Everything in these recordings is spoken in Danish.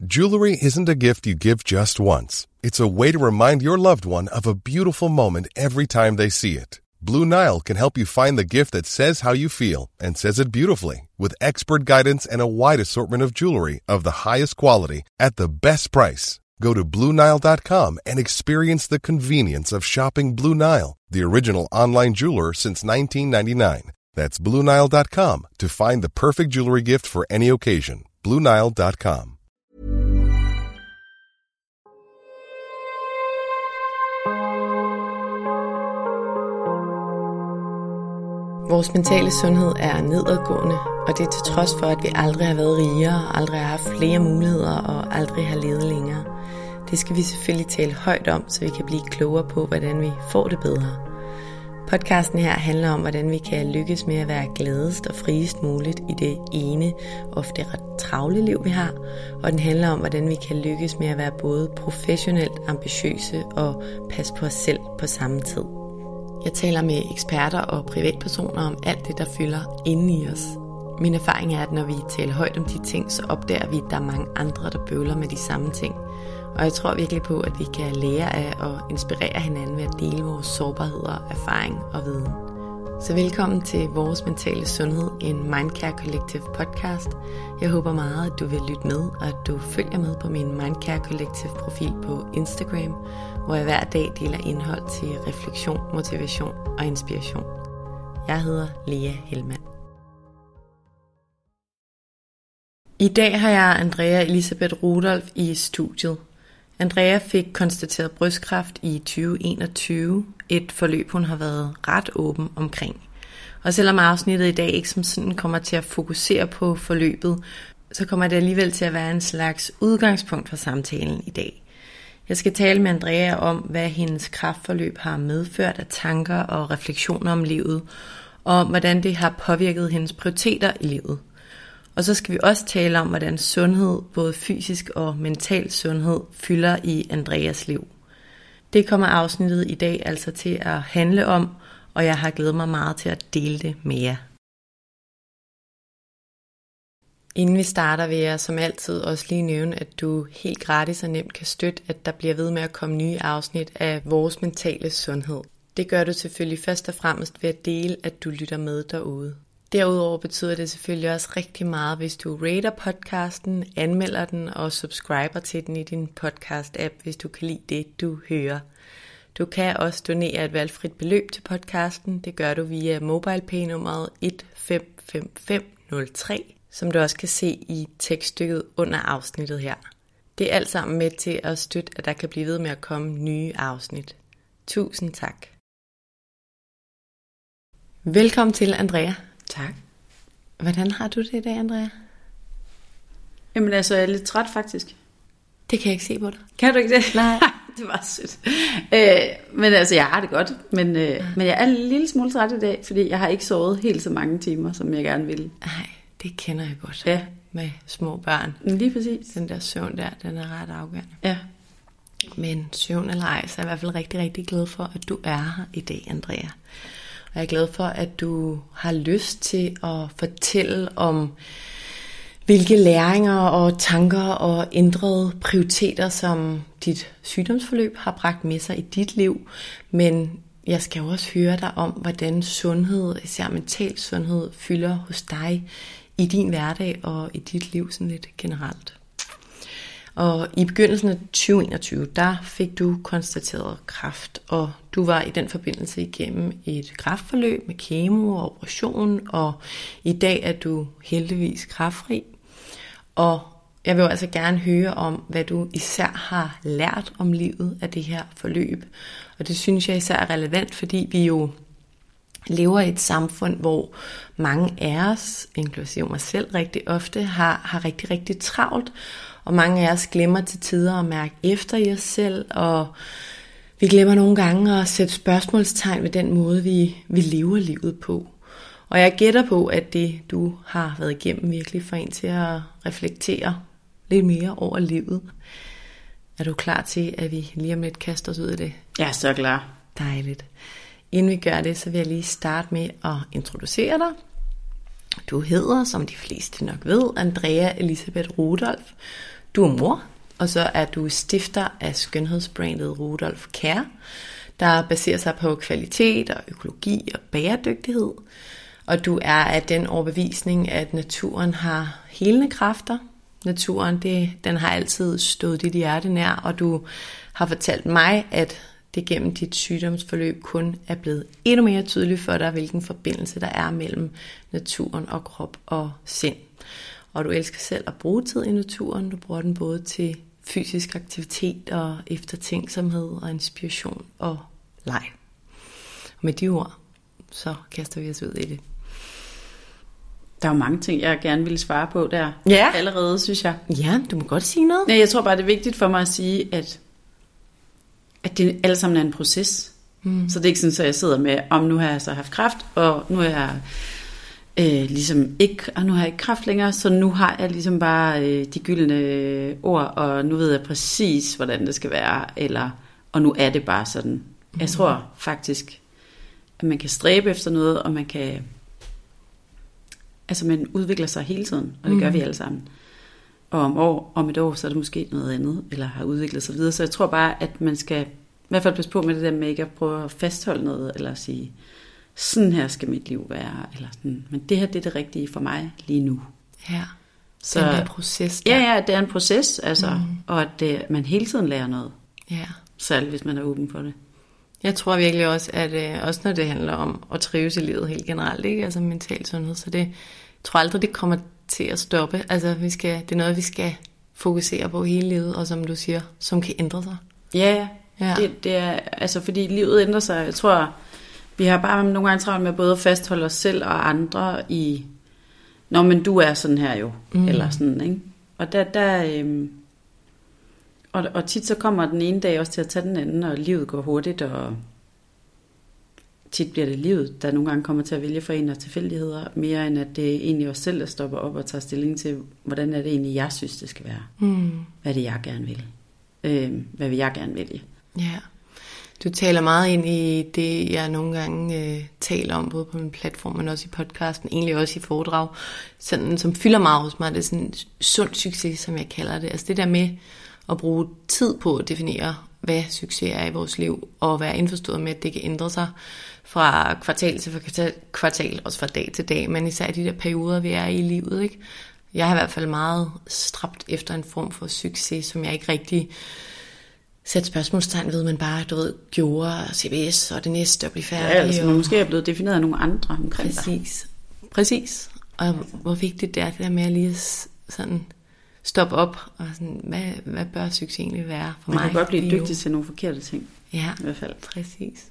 Jewelry isn't a gift you give just once. It's a way to remind your loved one of a beautiful moment every time they see it. Blue Nile can help you find the gift that says how you feel and says it beautifully, with expert guidance and a wide assortment of jewelry of the highest quality at the best price. Go to BlueNile.com and experience the convenience of shopping Blue Nile, the original online jeweler since 1999. That's BlueNile.com to find the perfect jewelry gift for any occasion. BlueNile.com. Vores mentale sundhed er nedadgående, og det er til trods for, at vi aldrig har været rigere, aldrig har haft flere muligheder og aldrig har levet længere. Det skal vi selvfølgelig tale højt om, så vi kan blive klogere på, hvordan vi får det bedre. Podcasten her handler om, hvordan vi kan lykkes med at være gladest og friest muligt i det ene, ofte ret travle liv, vi har. Og den handler om, hvordan vi kan lykkes med at være både professionelt ambitiøse og passe på os selv på samme tid. Jeg taler med eksperter og privatpersoner om alt det, der fylder inde i os. Min erfaring er, at når vi taler højt om de ting, så opdager vi, at der er mange andre, der bøvler med de samme ting. Og jeg tror virkelig på, at vi kan lære af og inspirere hinanden ved at dele vores sårbarheder, erfaring og viden. Så velkommen til Vores Mentale Sundhed, en Mindcare Collective podcast. Jeg håber meget, at du vil lytte med, og at du følger med på min Mindcare Collective profil på Instagram, hvor jeg hver dag deler indhold til refleksion, motivation og inspiration. Jeg hedder Lea Helmand. I dag har jeg Andrea Elisabeth Rudolph i studiet. Andrea fik konstateret brystkræft i 2021, et forløb hun har været ret åben omkring. Og selvom afsnittet i dag ikke som sådan kommer til at fokusere på forløbet, så kommer det alligevel til at være en slags udgangspunkt for samtalen i dag. Jeg skal tale med Andrea om, hvad hendes kræftforløb har medført af tanker og refleksioner om livet, og om hvordan det har påvirket hendes prioriteter i livet. Og så skal vi også tale om, hvordan sundhed, både fysisk og mental sundhed, fylder i Andreas liv. Det kommer afsnittet i dag altså til at handle om, og jeg har glædet mig meget til at dele det med jer. Inden vi starter, vil jeg som altid også lige nævne, at du helt gratis og nemt kan støtte, at der bliver ved med at komme nye afsnit af Vores Mentale Sundhed. Det gør du selvfølgelig først og fremmest ved at dele, at du lytter med derude. Derudover betyder det selvfølgelig også rigtig meget, hvis du rater podcasten, anmelder den og subscriber til den i din podcast-app, hvis du kan lide det, du hører. Du kan også donere et valgfrit beløb til podcasten. Det gør du via MobilePay-nummeret 155503, som du også kan se i tekststykket under afsnittet her. Det er alt sammen med til at støtte, at der kan blive ved med at komme nye afsnit. Tusind tak. Velkommen til, Andrea. Tak. Hvordan har du det i dag, Andrea? Jamen altså, jeg er lidt træt faktisk. Det kan jeg ikke se på dig. Kan du ikke det? Nej. Det var sødt. Men altså, jeg har det godt. Men jeg er en lille smule træt i dag, fordi jeg har ikke sovet helt så mange timer, som jeg gerne ville. Nej, det kender jeg godt. Ja. Med små børn. Lige præcis. Den der søvn der, den er ret afgørende. Ja. Men søvn eller ej, så er jeg i hvert fald rigtig, rigtig glad for, at du er her i dag, Andrea. Og jeg er glad for, at du har lyst til at fortælle om, hvilke læringer og tanker og ændrede prioriteter, som dit sygdomsforløb har bragt med sig i dit liv. Men jeg skal også høre dig om, hvordan sundhed, især mental sundhed, fylder hos dig i din hverdag og i dit liv sådan lidt generelt. Og i begyndelsen af 2021, der fik du konstateret kræft, og du var i den forbindelse igennem et kræftforløb med kemo og operation, og i dag er du heldigvis kræftfri. Og jeg vil altså gerne høre om, hvad du især har lært om livet af det her forløb. Og det synes jeg især er relevant, fordi vi jo lever i et samfund, hvor mange af os, inklusive mig selv rigtig ofte, har rigtig, rigtig travlt. Og mange af os glemmer til tider at mærke efter i os selv, og vi glemmer nogle gange at sætte spørgsmålstegn ved den måde, vi lever livet på. Og jeg gætter på, at det, du har været igennem, virkelig får en til at reflektere lidt mere over livet. Er du klar til, at vi lige om lidt kaster os ud af det? Jeg er så klar. Dejligt. Inden vi gør det, så vil jeg lige starte med at introducere dig. Du hedder, som de fleste nok ved, Andrea Elisabeth Rudolph. Du er mor, og så er du stifter af skønhedsbrandet Rudolf Kjær, der baserer sig på kvalitet og økologi og bæredygtighed. Og du er af den overbevisning, at naturen har helende kræfter. Naturen, den har altid stået dit hjerte nær, og du har fortalt mig, at det gennem dit sygdomsforløb kun er blevet endnu mere tydeligt for dig, hvilken forbindelse der er mellem naturen og krop og sind. Og du elsker selv at bruge tid i naturen. Du bruger den både til fysisk aktivitet og eftertænksomhed og inspiration og leg. Og med de ord, så kaster vi os ud i det. Der er jo mange ting, jeg gerne ville svare på der allerede, synes jeg. Ja, du må godt sige noget. Nej, jeg tror bare, det er vigtigt for mig at sige, at det alle sammen er en proces. Så det er ikke sådan, at jeg sidder med, om nu har jeg så haft kræft, og nu er jeg ligesom ikke, og nu har jeg ikke kræft længere, så nu har jeg ligesom bare de gyldne ord, og nu ved jeg præcis, hvordan det skal være, og nu er det bare sådan. Jeg tror faktisk, at man kan stræbe efter noget, og man kan, altså man udvikler sig hele tiden, og det gør vi alle sammen. Og om et år, så er det måske noget andet, eller har udviklet sig videre. Så jeg tror bare, at man skal i hvert fald passe på med det der med ikke at prøve at fastholde noget, eller sige, sådan her skal mit liv være, eller sådan. Men det her, det er det rigtige for mig lige nu. Ja, så den der proces der. Ja, det er en proces, altså, og at man hele tiden lærer noget. Ja. Selv hvis man er åben for det. Jeg tror virkelig også, at også når det handler om at trives i livet helt generelt, ikke? Altså mental sundhed, så jeg tror aldrig, det kommer til at stoppe. Altså det er noget, vi skal fokusere på hele livet, og som du siger, som kan ændre sig. Ja. Det er, altså fordi livet ændrer sig. Jeg tror, vi har bare nogle gange travlt med både at fastholde os selv og andre i, nå, men du er sådan her jo, eller sådan, ikke? Og og tit så kommer den ene dag også til at tage den anden, og livet går hurtigt, og tit bliver det livet, der nogle gange kommer til at vælge for en af tilfældigheder, mere end at det er egentlig os selv, der stopper op og tager stilling til, hvordan er det egentlig, jeg synes, det skal være. Hvad er det, jeg gerne vil? Hvad vil jeg gerne vælge? Ja, du taler meget ind i det, jeg nogle gange taler om, både på min platform, men også i podcasten, egentlig også i foredrag, sådan, som fylder meget hos mig. Det er sådan en sund succes, som jeg kalder det. Altså det der med at bruge tid på at definere, hvad succes er i vores liv, og være indforstået med, at det kan ændre sig fra kvartal til kvartal, også fra dag til dag, men især de der perioder, vi er i livet, ikke? Jeg har i hvert fald meget stræbt efter en form for succes, som jeg ikke rigtig sætte spørgsmålstegn ved, men bare, gjorde CBS og det næste og blive færdig. Ja, altså man måske er blevet defineret af nogle andre omkring Præcis. Og hvor vigtigt det er, det der med at lige sådan stoppe op, og sådan, hvad bør succes egentlig være for mig? Man kan godt blive dygtig til nogle forkerte ting. Ja, i hvert fald. Præcis.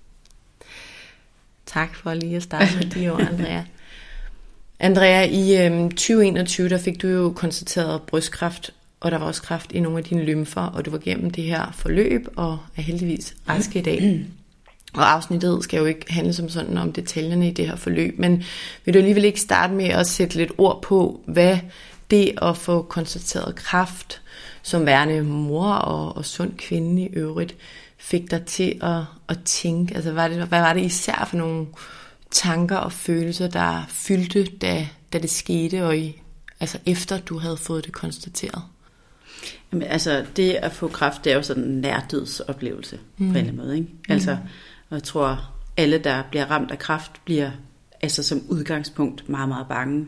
Tak for lige at starte med de ord, Andrea. Andrea, i 2021, der fik du jo konstateret brystkræft, og der var også kræft i nogle af dine lymfer, og du var gennem det her forløb, og er heldigvis rask i dag. Og afsnittet skal jo ikke handle som sådan om detaljerne i det her forløb, men vil du alligevel ikke starte med at sætte lidt ord på, hvad det at få konstateret kræft som værende mor og sund kvinde i øvrigt, fik dig til at tænke? Altså, hvad var det især for nogle tanker og følelser, der fyldte, da det skete, og altså efter du havde fået det konstateret? Jamen, altså, det at få kræft, det er jo sådan en nærdødsoplevelse på en eller anden måde, ikke? Altså, og jeg tror, alle, der bliver ramt af kræft, bliver altså som udgangspunkt meget, meget bange.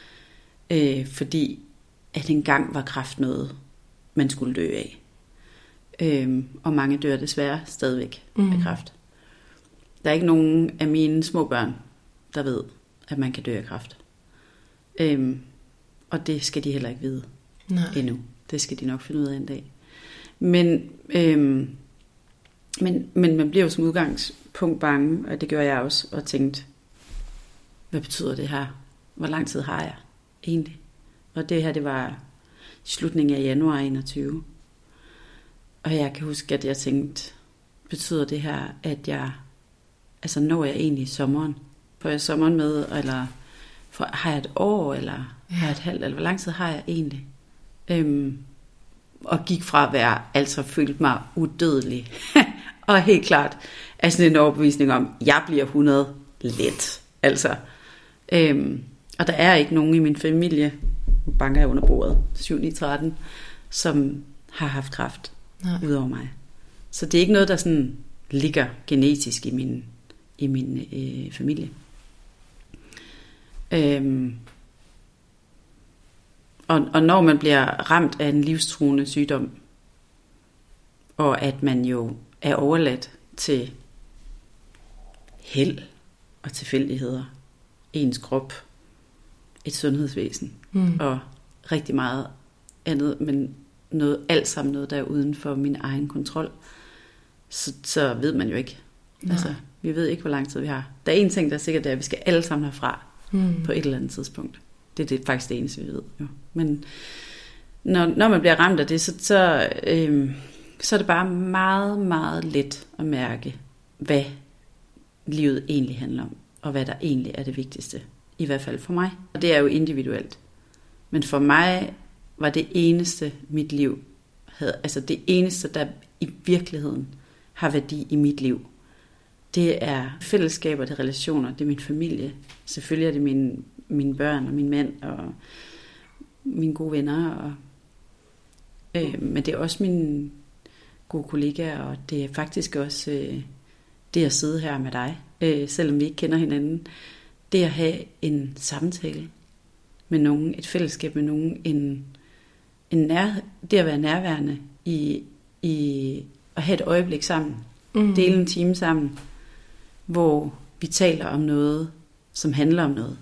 Fordi at engang var kræft noget, man skulle dø af. Og mange dør desværre stadigvæk af kræft. Der er ikke nogen af mine små børn, der ved, at man kan dø af kræft. Og det skal de heller ikke vide endnu. Det skal de nok finde ud af en dag. Men man bliver jo som udgangspunkt bange, og det gør jeg også, og tænkte, hvad betyder det her? Hvor lang tid har jeg egentlig? Og det her, det var i slutningen af januar 21. Og jeg kan huske, at jeg tænkte, betyder det her, at altså når jeg egentlig sommeren? Får jeg sommeren med, eller har jeg et år, eller har jeg et halvt, eller hvor lang tid har jeg egentlig? Og gik fra at være, altså følte mig udødelig. Og helt klart, altså en overbevisning om, jeg bliver 100 let. Altså, og der er ikke nogen i min familie, nu banker jeg under bordet, 7-9-13, som har haft kræft ud over mig. Så det er ikke noget, der sådan ligger genetisk i min familie. Og når man bliver ramt af en livstruende sygdom, og at man jo er overladt til held og tilfældigheder, ens krop, et sundhedsvæsen og rigtig meget andet, men alt sammen noget, der er uden for min egen kontrol, så ved man jo ikke. Altså, vi ved ikke, hvor lang tid vi har. Der er en ting, der er sikkert, det er, at vi skal alle sammen herfra på et eller andet tidspunkt. Det er faktisk det eneste, vi ved. Jo. Men når man bliver ramt af det, så er det bare meget, meget let at mærke, hvad livet egentlig handler om, og hvad der egentlig er det vigtigste. I hvert fald for mig. Og det er jo individuelt. Men for mig var det eneste, mit liv havde, altså det eneste, der i virkeligheden har værdi i mit liv, det er fællesskaber, det er relationer, det er min familie. Selvfølgelig er det mine børn og min mand og mine gode venner. Men det er også mine gode kollegaer, og det er faktisk også det at sidde her med dig, selvom vi ikke kender hinanden. Det at have en samtale med nogen, et fællesskab med nogen, det at være nærværende i at have et øjeblik sammen, dele en time sammen, hvor vi taler om noget, som handler om noget.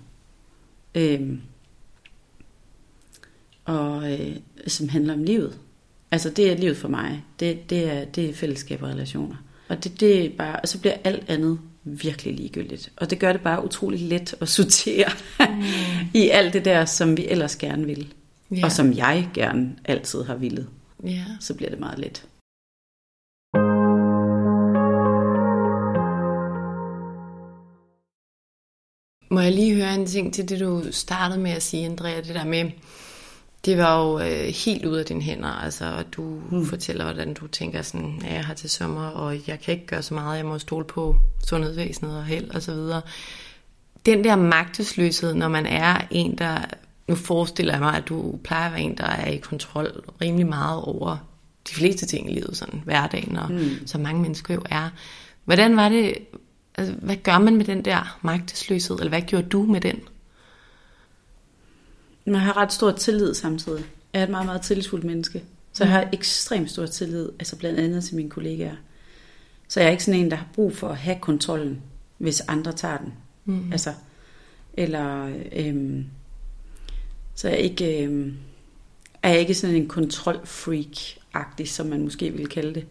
Som handler om livet. Altså det er livet for mig. Det er fællesskab og relationer. Og det er bare, og så bliver alt andet virkelig ligegyldigt. Og det gør det bare utroligt let at sortere i alt det der, som vi ellers gerne vil. Yeah. Og som jeg gerne altid har villet. Yeah. Så bliver det meget let. Må jeg lige høre en ting til det, du startede med at sige, Andrea, det der med, det var jo helt ude af dine hænder, altså du fortæller, hvordan du tænker sådan, ja, jeg har til sommer, og jeg kan ikke gøre så meget, jeg må stole på sundhedsvæsenet og held og så videre. Den der magtesløshed, når man er en, der, nu forestiller jeg mig, at du plejer at være en, der er i kontrol rimelig meget over de fleste ting i livet, sådan hverdagen, og så mange mennesker jo er. Hvordan var det, altså, hvad gør man med den der magtesløshed, eller hvad gjorde du med den? Jeg har ret stor tillid samtidig. Jeg er et meget, meget tillidsfuldt menneske. Så jeg har ekstremt stor tillid, altså blandt andet til mine kollegaer. Så jeg er ikke sådan en, der har brug for at have kontrollen, hvis andre tager den. Altså, eller, så er jeg ikke sådan en kontrolfreak-agtig, som man måske ville kalde det.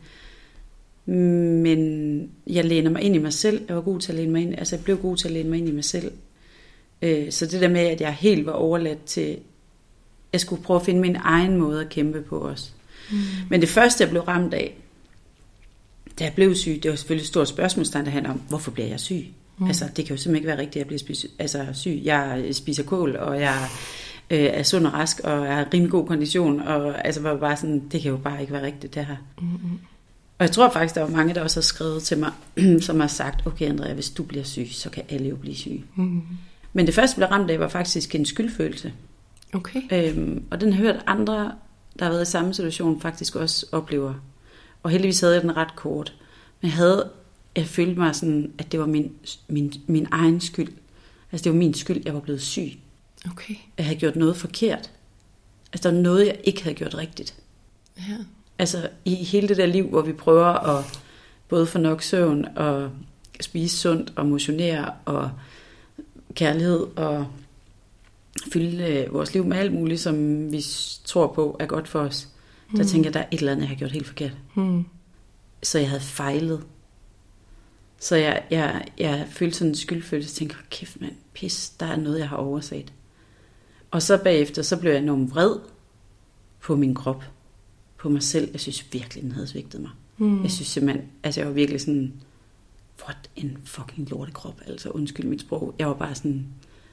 Men jeg læner mig ind i mig selv. Jeg var god til at læne mig ind. Altså jeg blev god til at læne mig ind i mig selv. Så det der med, at jeg helt var overladt til, jeg skulle prøve at finde min egen måde at kæmpe på også. Men det første, jeg blev ramt af, da jeg blev syg, det var selvfølgelig et stort spørgsmålstegn, der handler om, hvorfor bliver jeg syg? Altså det kan jo simpelthen ikke være rigtigt, at jeg bliver syg. Jeg spiser kål, og jeg er sund og rask, og jeg har rimelig god kondition, og altså var bare sådan, det kan jo bare ikke være rigtigt, det her. Og jeg tror faktisk, der var mange, der også har skrevet til mig, som har sagt, okay Andrea, hvis du bliver syg, så kan alle jo blive syge. Men det første, jeg blev ramt af, var faktisk en skyldfølelse. Okay. Og den har hørt andre, der har været i samme situation, faktisk også oplever. Og heldigvis havde jeg den ret kort. Men jeg følte mig sådan, at det var min egen skyld. Altså det var min skyld, jeg var blevet syg. Okay. Jeg havde gjort noget forkert. Altså der var noget, jeg ikke havde gjort rigtigt. Ja. Altså i hele det der liv, hvor vi prøver at både få nok søvn og spise sundt og motionere og kærlighed og fylde vores liv med alt muligt, som vi tror på er godt for os. Der tænker jeg, der er et eller andet, jeg har gjort helt forkert. Så jeg havde fejlet. Så jeg følte sådan en skyldfølelse, og tænkte, kæft mand, pis, der er noget, jeg har overset. Og så bagefter, så blev jeg enormt vred på min krop, på mig selv. Jeg synes virkelig, den havde svigtet mig. Jeg synes simpelthen, altså jeg var virkelig sådan, what en fucking lortekrop, altså undskyld mit sprog. Jeg var bare sådan,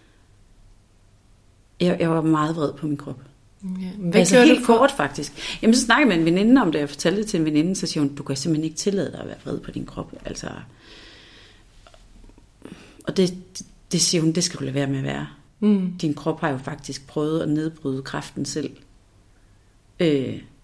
jeg var meget vred på min krop. Hvad altså helt kort faktisk. Jamen så snakkede jeg med en veninde om det, jeg fortalte det til en veninde, så siger hun, du kan simpelthen ikke tillade dig at være vred på din krop. Altså, og det siger hun, det skal du lade være med at være. Din krop har jo faktisk prøvet at nedbryde kræften selv.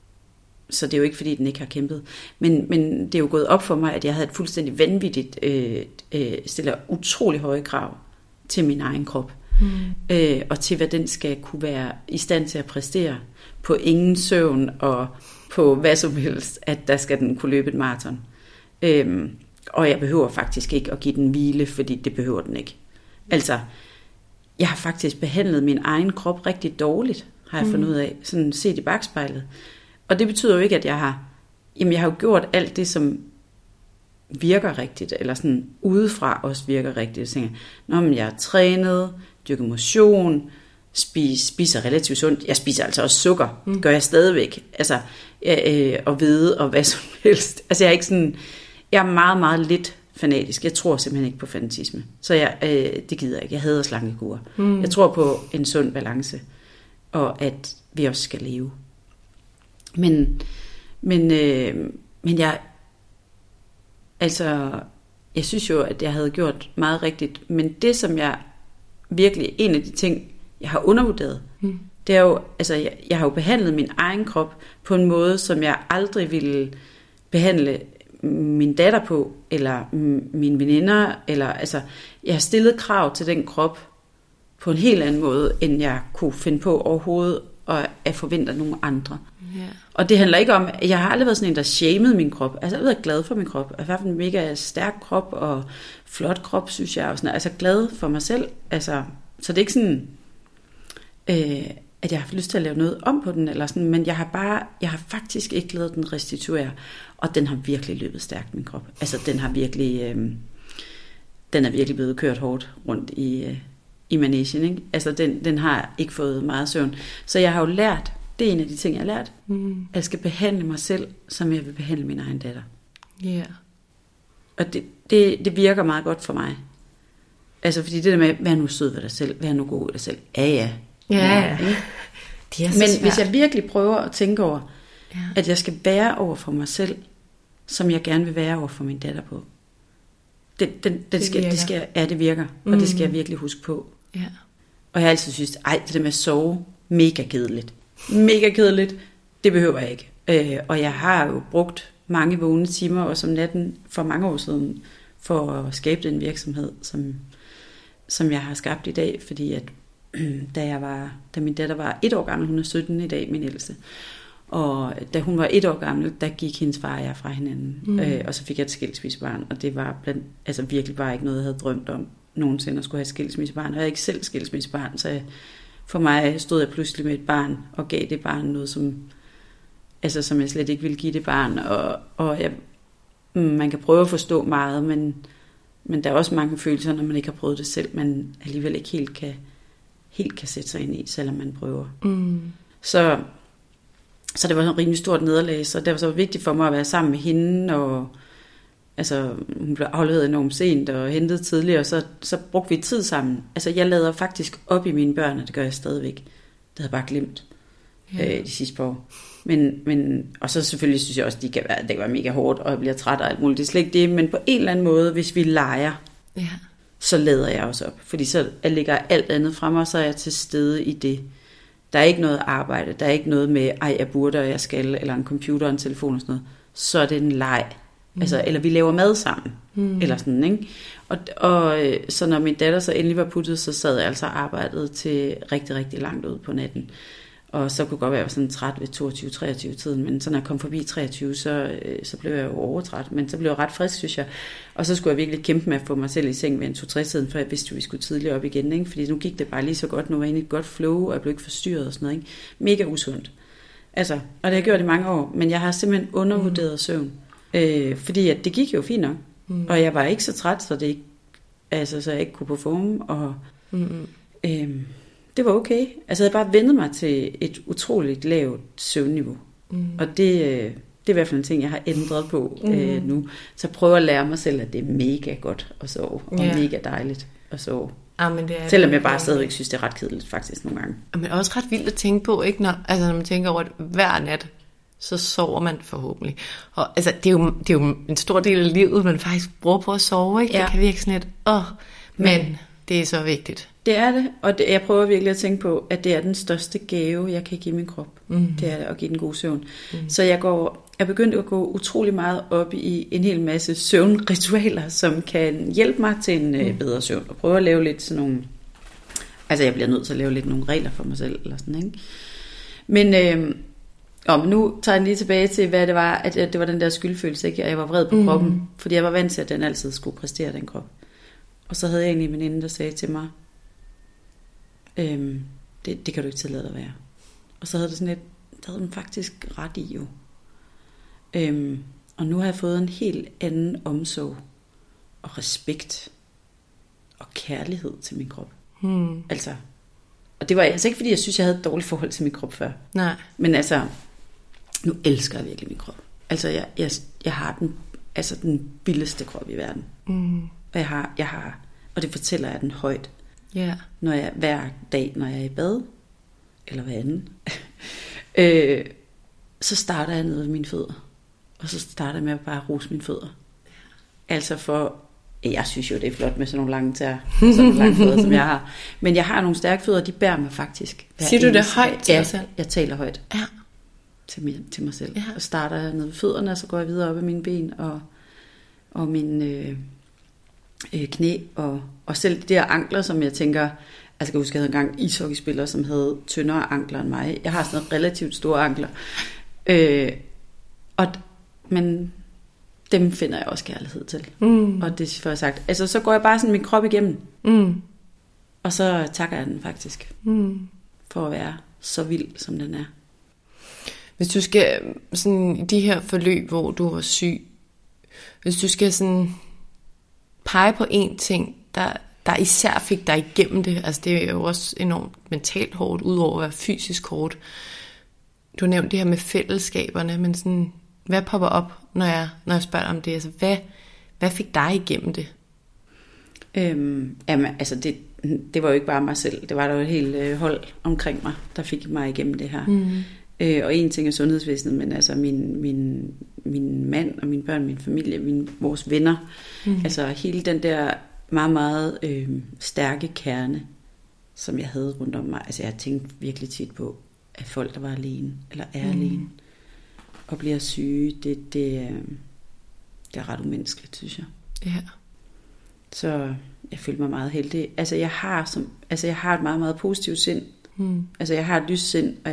så det er jo ikke, fordi den ikke har kæmpet. Men det er jo gået op for mig, at jeg havde et fuldstændig vanvittigt, stiller utrolig høje krav til min egen krop. Og til, hvad den skal kunne være i stand til at præstere på ingen søvn og på hvad som helst, at der skal den kunne løbe et maraton. Og jeg behøver faktisk ikke at give den hvile, fordi det behøver den ikke. Altså, jeg har faktisk behandlet min egen krop rigtig dårligt, har jeg fundet ud af, sådan set i bagspejlet. Og det betyder jo ikke, at jeg har jo gjort alt det, som virker rigtigt, eller sådan udefra også virker rigtigt. Jeg tænker, men jeg har trænet, dyrket motion, spiser relativt sundt. Jeg spiser altså også sukker, det gør jeg stadigvæk. Altså, og hvede og hvad som helst. Altså, jeg er ikke sådan, jeg er meget, meget lidt fanatisk. Jeg tror simpelthen ikke på fanatisme. Så det gider jeg ikke. Jeg hader slankekur. Jeg tror på en sund balance, og at vi også skal leve. Men jeg synes jo, at jeg havde gjort meget rigtigt. Men det, som jeg virkelig, en af de ting, jeg har undervurderet, det er jo, altså jeg har jo behandlet min egen krop på en måde, som jeg aldrig ville behandle min datter på, eller mine veninder, eller altså, jeg har stillet krav til den krop på en helt anden måde, end jeg kunne finde på overhovedet, og at forvente nogen andre. Yeah. Og det handler ikke om, jeg har aldrig været sådan en, der shamede min krop. Altså, jeg har været glad for min krop. Jeg har haft en mega stærk krop, og flot krop, synes jeg. Og sådan, altså, glad for mig selv. Altså, så det er ikke sådan, at jeg har lyst til at lave noget om på den, eller sådan, men jeg har faktisk ikke lavet den restituere. Og den har virkelig løbet stærkt, min krop. Altså, den er virkelig blevet kørt hårdt rundt i managen, ikke? Altså, den har ikke fået meget søvn. Så jeg har jo lært, det er en af de ting, jeg har lært, at jeg skal behandle mig selv, som jeg vil behandle min egen datter. Ja. Yeah. Og det virker meget godt for mig. Altså, fordi det der med, vær nu sød ved dig selv, vær nu god ved dig selv. Ja. Men hvis jeg virkelig prøver at tænke over, at jeg skal være over for mig selv, som jeg gerne vil være over for min datter på. Det virker. Og det skal jeg virkelig huske på. Ja. Og jeg har altid synes, det der med at sove, mega kedeligt. Mega kedeligt, det behøver jeg ikke. Og jeg har jo brugt mange vågne timer, også om natten for mange år siden, for at skabe den virksomhed, som jeg har skabt i dag. Fordi at da min datter var 1 år gammel, hun er 17 i dag, min ældste. Og da hun var 1 år gammel, der gik hendes far og jeg fra hinanden. Og så fik jeg et skilsmissebarn, og det var virkelig bare ikke noget, jeg havde drømt om nogensinde at skulle have et skilsmissebarn. Og jeg er ikke selv skilsmissebarn, så for mig stod jeg pludselig med et barn og gav det barn noget, som jeg slet ikke ville give det barn. Og man kan prøve at forstå meget, men der er også mange følelser, når man ikke har prøvet det selv, man alligevel ikke helt kan sætte sig ind i, selvom man prøver. Så det var et rimelig stort nederlag, så det var så vigtigt for mig at være sammen med hende, og altså, hun blev afleveret enormt sent og hentet tidligere, og så brugte vi tid sammen. Altså, jeg lader faktisk op i mine børn, og det gør jeg stadigvæk. Det havde jeg bare glemt de sidste par år. Men, og så selvfølgelig synes jeg også, det var mega hårdt, og jeg bliver træt og alt muligt. Det er slet ikke det, men på en eller anden måde, hvis vi leger, så lader jeg også op. Fordi så ligger alt andet fra mig, så er jeg til stede i det. Der er ikke noget arbejde, der er ikke noget med, jeg burde, og jeg skal, eller en computer og en telefon og sådan noget. Så er det en leg. Altså, eller vi laver mad sammen, eller sådan, ikke? Og så når min datter så endelig var puttet, så sad jeg altså og arbejdede til rigtig, rigtig langt ud på natten. Og så kunne godt være sådan træt ved 22-23 tiden, men så når jeg kom forbi 23, så blev jeg jo overtræt, men så blev jeg ret frisk, synes jeg. Og så skulle jeg virkelig kæmpe med at få mig selv i seng ved en 2-3 tiden, for jeg vidste jo, vi skulle tidligere op igen, ikke? Fordi nu gik det bare lige så godt, nu var jeg inde i et godt flow, og jeg blev ikke forstyrret og sådan noget, ikke? Mega usundt. Altså, og det har jeg gjort i mange år, men jeg har simpelthen undervurderet søvn. Fordi at det gik jo fint nok, og jeg var ikke så træt, så jeg ikke kunne performe, og det var okay. Altså jeg havde bare vendt mig til et utroligt lavt søvnniveau, og det er i hvert fald en ting, jeg har ændret på nu. Så jeg prøver at lære mig selv, at det er mega godt at sove, og mega dejligt at sove. Men det er selvom jeg bare stadigvæk synes, det er ret kedeligt faktisk nogle gange. Men også ret vildt at tænke på, ikke? Når man tænker over, at hver nat, så sover man forhåbentlig. Og altså, det er jo en stor del af livet, man faktisk bruger på at sove, ikke? Det kan virke sådan et, men det er så vigtigt. Det er det, og jeg prøver virkelig at tænke på, at det er den største gave, jeg kan give min krop. Det er at give den god søvn. Så jeg er begyndt at gå utrolig meget op i en hel masse søvnritualer, som kan hjælpe mig til en bedre søvn. Og prøve at lave lidt sådan nogle... Altså jeg bliver nødt til at lave lidt nogle regler for mig selv, eller sådan, ikke? Men nu tager jeg lige tilbage til, hvad det var, at det var den der skyldfølelse, ikke? Og jeg var vred på kroppen, fordi jeg var vant til, at den altid skulle præstere, den krop. Og så havde jeg egentlig en veninde, der sagde til mig, det kan du ikke tillade at være. Og så havde det sådan lidt, der havde den faktisk ret i jo. Og nu har jeg fået en helt anden omsorg og respekt og kærlighed til min krop. Altså, og det var altså ikke fordi jeg synes jeg havde et dårligt forhold til min krop før. Nej. Men altså, nu elsker jeg virkelig min krop. Altså jeg har den vildeste krop i verden. Og jeg har, og det fortæller jeg den højt. Yeah. Når jeg hver dag, når jeg er i bad eller hvad anden, så starter jeg nede ved mine fødder. Og så starter jeg med at bare rose mine fødder. Altså for, jeg synes jo det er flot med sådan nogle lange tæer, sådan nogle lange fødder som jeg har. Men jeg har nogle stærke fødder, de bærer mig faktisk. Siger du det højt til dig selv? Ja, jeg taler højt til mig selv. Ja. Og starter jeg nede ved fødderne, og så går jeg videre op ad mine ben og mine knæ og selv de der ankler, som jeg tænker, altså jeg kan huske, jeg havde engang ishockeyspillere, som havde tyndere ankler end mig. Jeg har sådan noget relativt store ankler. Men dem finder jeg også kærlighed til. Og det får jeg sagt. Altså så går jeg bare sådan min krop igennem. Og så takker jeg den faktisk. For at være så vild, som den er. Hvis du skal sådan i de her forløb, hvor du var syg, hvis du skal sådan pege på en ting, der især fik dig igennem det, altså det er jo også enormt mentalt hårdt, udover at være fysisk hårdt. Du nævnte det her med fællesskaberne, men sådan, hvad popper op, når jeg spørger om det? Altså, hvad fik dig igennem det? Jamen, altså det var jo ikke bare mig selv, det var der jo et helt hold omkring mig, der fik mig igennem det her. Og en ting er sundhedsvæsenet, men altså min mand og mine børn, min familie, vores venner, altså hele den der meget, meget stærke kerne, som jeg havde rundt om mig. Altså jeg tænkte virkelig tit på, at folk, der var alene, eller er alene, og bliver syge, det er ret umenneskeligt, synes jeg. Ja. Så jeg følte mig meget heldig. Altså jeg har et meget, meget positivt sind. Altså jeg har et lyst sind, og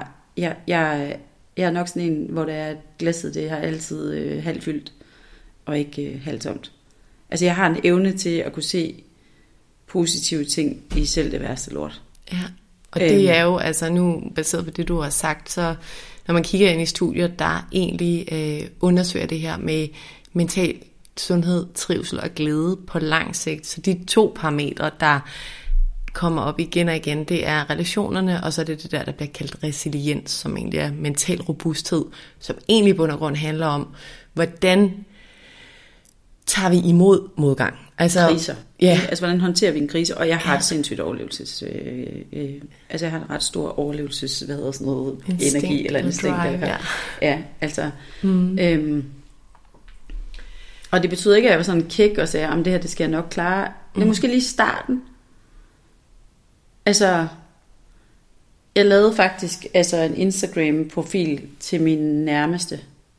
jeg er nok sådan en, hvor der er glasset, det har altid halvt fyldt, og ikke halvt tomt. Altså jeg har en evne til at kunne se positive ting i selv det værste lort. Ja, og det er jo, altså nu baseret på det, du har sagt, så når man kigger ind i studier, der egentlig undersøger det her med mental sundhed, trivsel og glæde på lang sigt. Så de 2 parametre, der kommer op igen og igen, det er relationerne, og så er det der bliver kaldt resiliens, som egentlig er mental robusthed, som egentlig i bund og grund handler om, hvordan tager vi imod modgang. Altså, kriser. Ja. Altså, hvordan håndterer vi en krise? Og jeg har et sindssygt jeg har en ret stor energi eller instinkt. Ja, altså. Og det betyder ikke, at jeg var sådan en kæk og sagde, om det her, det skal jeg nok klare. Det er måske lige starten. Altså, jeg lavede faktisk en Instagram-profil til min nærmeste.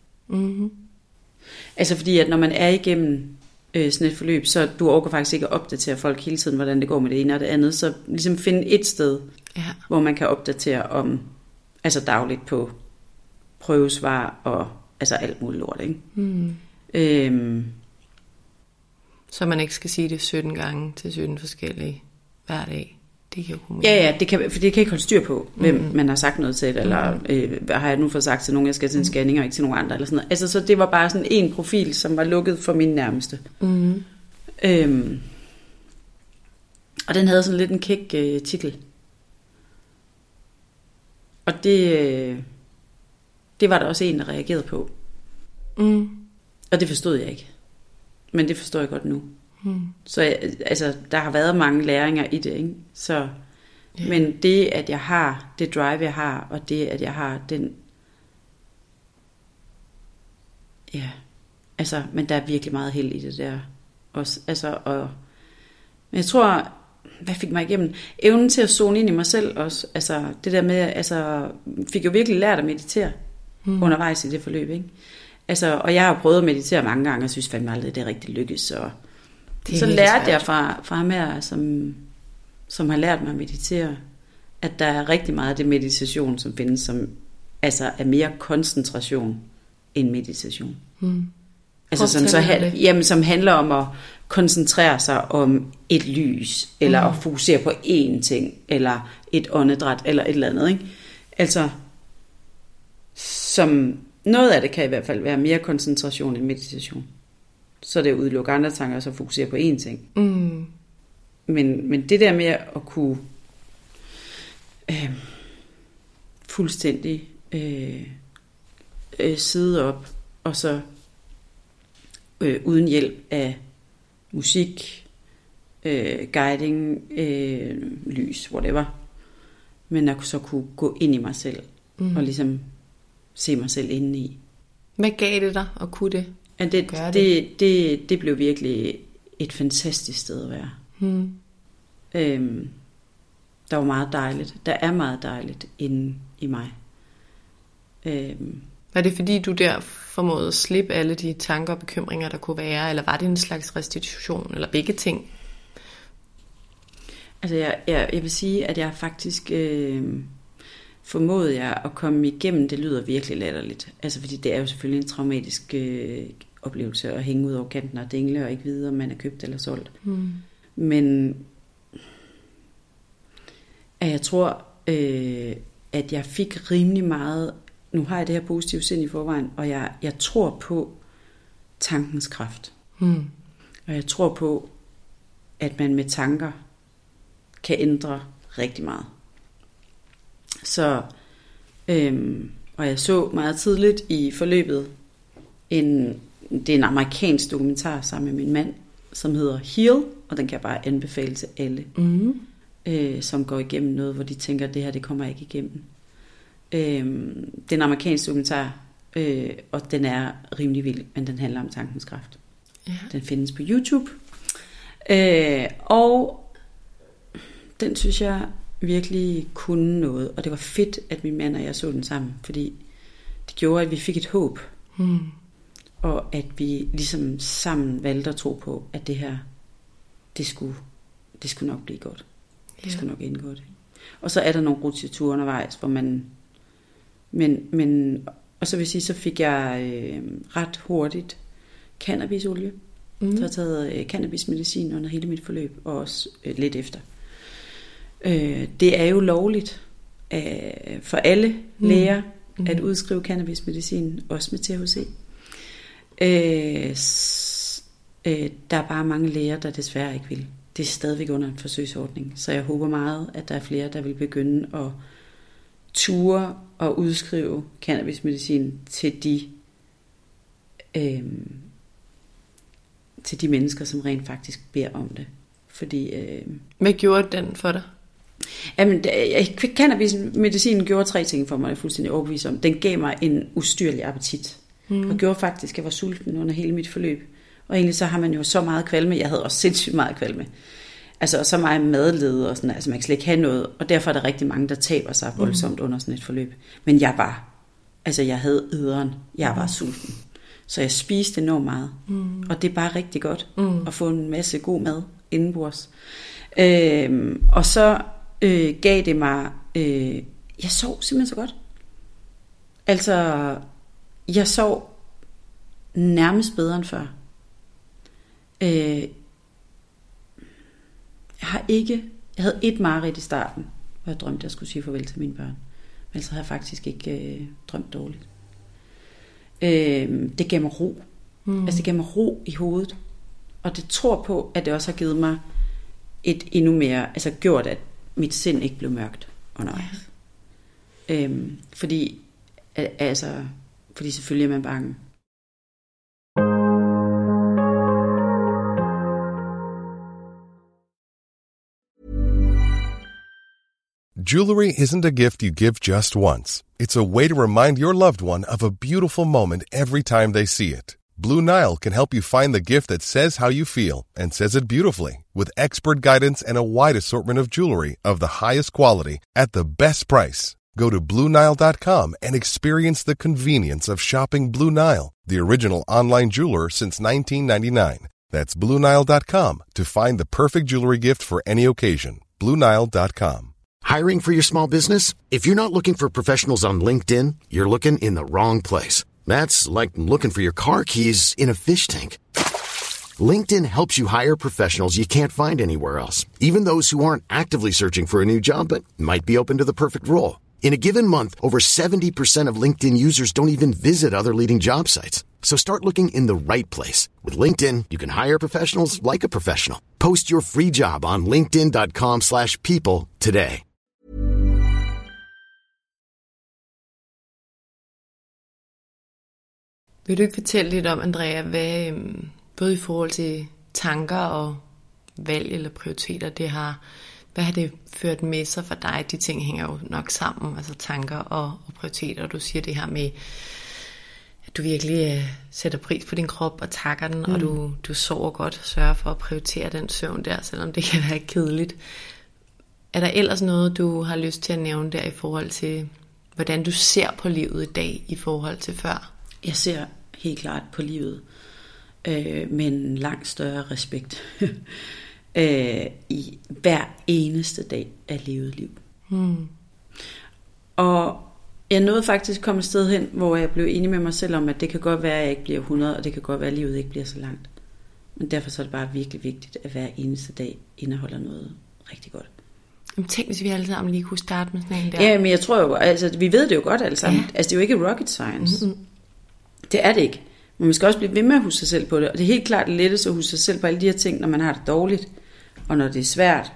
Altså fordi, at når man er igennem sådan et forløb, så du overgår faktisk ikke at opdatere folk hele tiden, hvordan det går med det ene og det andet. Så ligesom finde et sted, hvor man kan opdatere om, altså dagligt på prøvesvar og altså alt muligt lort, ikke? Så man ikke skal sige det 17 gange til 17 forskellige hver dag. Det kan jo det kan, for det kan ikke holde styr på, hvem man har sagt noget til, eller har jeg nu fået sagt til nogen, jeg skal til en scanning, og ikke til nogen andre, eller sådan noget. Altså, så det var bare sådan en profil, som var lukket for min nærmeste. Og den havde sådan lidt en kæk titel. Og det var der også en, der reagerede på. Og det forstod jeg ikke. Men det forstår jeg godt nu. Så der har været mange læringer i det, ikke? Så, men det, at jeg har det drive, jeg har, og det, at jeg har den, men der er virkelig meget held i det der også. Altså, men jeg tror, hvad fik mig igennem? Evnen til at zone ind i mig selv også. Altså det der med, altså fik jo virkelig lært at meditere undervejs i det forløb, ikke? Altså, og jeg har jo prøvet at meditere mange gange, og synes fandme aldrig, det er rigtig lykkes. Og så lærte jeg fra ham her, som har lært mig at meditere, at der er rigtig meget af det meditation, som findes, som altså er mere koncentration end meditation. Altså som handler om at koncentrere sig om et lys, eller at fokusere på én ting, eller et åndedræt, eller et eller andet, ikke? Altså, som noget af det kan i hvert fald være mere koncentration end meditation. Så det udelukker andre tanker, og så fokusere på én ting. Men det der med at kunne fuldstændig sidde op, og så uden hjælp af musik, guiding, lys, whatever, men at så kunne gå ind i mig selv, og ligesom se mig selv indeni. Hvad gav det dig at kunne det? Det blev virkelig et fantastisk sted at være. Der var meget dejligt. Der er meget dejligt inde i mig. Var det fordi du der formåede at slippe alle de tanker og bekymringer der kunne være, eller var det en slags restitution, eller begge ting? Altså jeg vil sige, at jeg faktisk formåede jeg at komme igennem. Det lyder virkelig latterligt. Altså fordi det er jo selvfølgelig en traumatisk oplevelse at hænge ud over kanten og dingle og ikke vide, om man er købt eller solgt. Men jeg tror, at jeg fik rimelig meget. Nu har jeg det her positive sind i forvejen, og jeg tror på tankens kraft. Og jeg tror på, at man med tanker kan ændre rigtig meget. Så, og jeg så meget tidligt i forløbet, det er en amerikansk dokumentar sammen med min mand, som hedder Heal, og den kan jeg bare anbefale til alle, som går igennem noget, hvor de tænker, at det her, det kommer ikke igennem. Det er en amerikansk dokumentar, og den er rimelig vild, men den handler om tankens kraft. Ja. Den findes på YouTube. Og den synes jeg virkelig kunne noget, og det var fedt, at min mand og jeg så den sammen, fordi det gjorde, at vi fik et håb, og at vi ligesom sammen valgte at tro på, at det her, det skulle nok blive godt. Det skulle nok indgå det. Og så er der nogle rutiturer undervejs, hvor man, men og så vil jeg sige, så fik jeg ret hurtigt cannabisolie. Så har jeg taget cannabismedicin under hele mit forløb, og også lidt efter. Det er jo lovligt for alle læger at udskrive cannabismedicin, også med THC. Der er bare mange læger, der desværre ikke vil. Det er stadigvæk under en forsøgsordning, så jeg håber meget, at der er flere, der vil begynde at ture og udskrive cannabismedicin til de mennesker, som rent faktisk beder om det. Fordi, hvad gjorde den for dig? Jamen, cannabismedicinen gjorde 3 ting for mig, jeg er fuldstændig overbevist om. Den gav mig en ustyrlig appetit, og gjorde faktisk, at jeg var sulten under hele mit forløb. Og egentlig så har man jo så meget kvalme, jeg havde også sindssygt meget kvalme. Altså så meget madlede og sådan, altså man kan slet ikke have noget, og derfor er der rigtig mange, der taber sig voldsomt under sådan et forløb. Men jeg havde æderen, jeg var sulten. Så jeg spiste enormt meget, og det er bare rigtig godt at få en masse god mad indenbords. Og så gav det mig, jeg sov simpelthen så godt. Altså, jeg sov nærmest bedre end før. Jeg havde et mareridt i starten, hvor jeg drømte, at jeg skulle sige farvel til mine børn. Men så havde jeg faktisk ikke drømt dårligt. Det gav mig ro. Altså det gav mig ro i hovedet. Og det tror på, at det også har givet mig et endnu mere, altså gjort, at mit sind ikke blev mørkt undervejs. Fordi selvfølgelig er man bange. Jewelry isn't a gift you give just once. It's a way to remind your loved one of a beautiful moment every time they see it. Blue Nile can help you find the gift that says how you feel and says it beautifully, with expert guidance and a wide assortment of jewelry of the highest quality at the best price. Go to BlueNile.com and experience the convenience of shopping Blue Nile, the original online jeweler since 1999. That's BlueNile.com to find the perfect jewelry gift for any occasion. BlueNile.com. Hiring for your small business? If you're not looking for professionals on LinkedIn, you're looking in the wrong place. That's like looking for your car keys in a fish tank. LinkedIn helps you hire professionals you can't find anywhere else, even those who aren't actively searching for a new job but might be open to the perfect role. In a given month, over 70% of LinkedIn users don't even visit other leading job sites. So start looking in the right place. With LinkedIn, you can hire professionals like a professional. Post your free job on linkedin.com/people today. Vil du ikke fortælle lidt om, Andrea, hvad, både i forhold til tanker og valg eller prioriteter, hvad har det ført med sig for dig? De ting hænger jo nok sammen, altså tanker og prioriteter. Du siger det her med, at du virkelig sætter pris på din krop og takker den, og du sover godt og sørger for at prioritere den søvn der, selvom det kan være kedeligt. Er der ellers noget, du har lyst til at nævne der i forhold til, hvordan du ser på livet i dag i forhold til før? Jeg ser helt klart på livet med en langt større respekt i hver eneste dag af levet liv. Og jeg nåede faktisk at komme et sted hen, hvor jeg blev enig med mig selv om, at det kan godt være, at jeg ikke bliver 100, og det kan godt være, at livet ikke bliver så langt. Men derfor så er det bare virkelig vigtigt, at hver eneste dag indeholder noget rigtig godt. Jamen, tænk, hvis vi alle sammen lige kunne starte med sådan en der. Ja, men jeg tror jo, altså vi ved det jo godt alle sammen. Ja. Altså det er jo ikke rocket science. Det er det ikke. Men man skal også blive ved med at huske sig selv på det. Og det er helt klart lettest at huske sig selv på alle de her ting, når man har det dårligt, og når det er svært.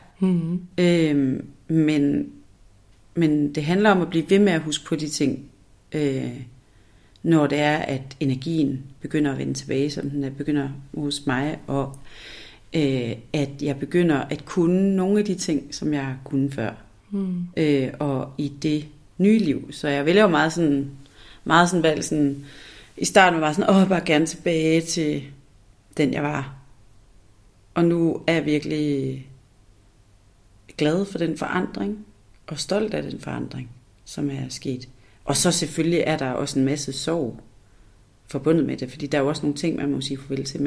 Men det handler om at blive ved med at huske på de ting, når det er, at energien begynder at vende tilbage, som den begynder hos mig, og at jeg begynder at kunne nogle af de ting, som jeg kunne før. Og i det nye liv. Så jeg vælger jo meget sådan valg sådan. I starten var jeg sådan, bare gerne tilbage til den jeg var. Og nu er jeg virkelig glad for den forandring, og stolt af den forandring, som er sket. Og så selvfølgelig er der også en masse sorg forbundet med det, fordi der er jo også nogle ting, man må sige farvel til,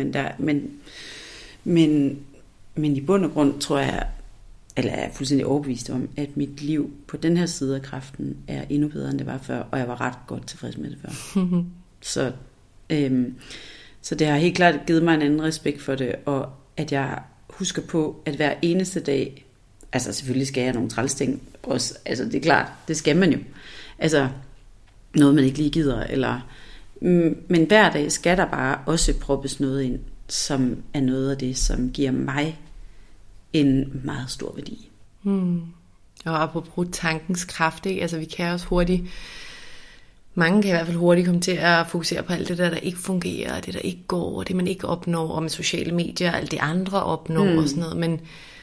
men i bund og grund tror jeg, eller er jeg fuldstændig overbevist om, at mit liv på den her side af kræften er endnu bedre, end det var før, og jeg var ret godt tilfreds med det før. Så det har helt klart givet mig en anden respekt for det, og at jeg husker på, at hver eneste dag, altså selvfølgelig skal jeg nogle træls ting også, altså det er klart, det skal man jo, altså noget man ikke lige gider, men hver dag skal der bare også proppes noget ind, som er noget af det, som giver mig en meget stor værdi. Og apropos tankens kraft, ikke? Altså vi kan også hurtigt, mange kan i hvert fald hurtigt komme til at fokusere på alt det der ikke fungerer, det der ikke går, og det man ikke opnår, og med sociale medier, og alt det andre opnår og sådan noget, men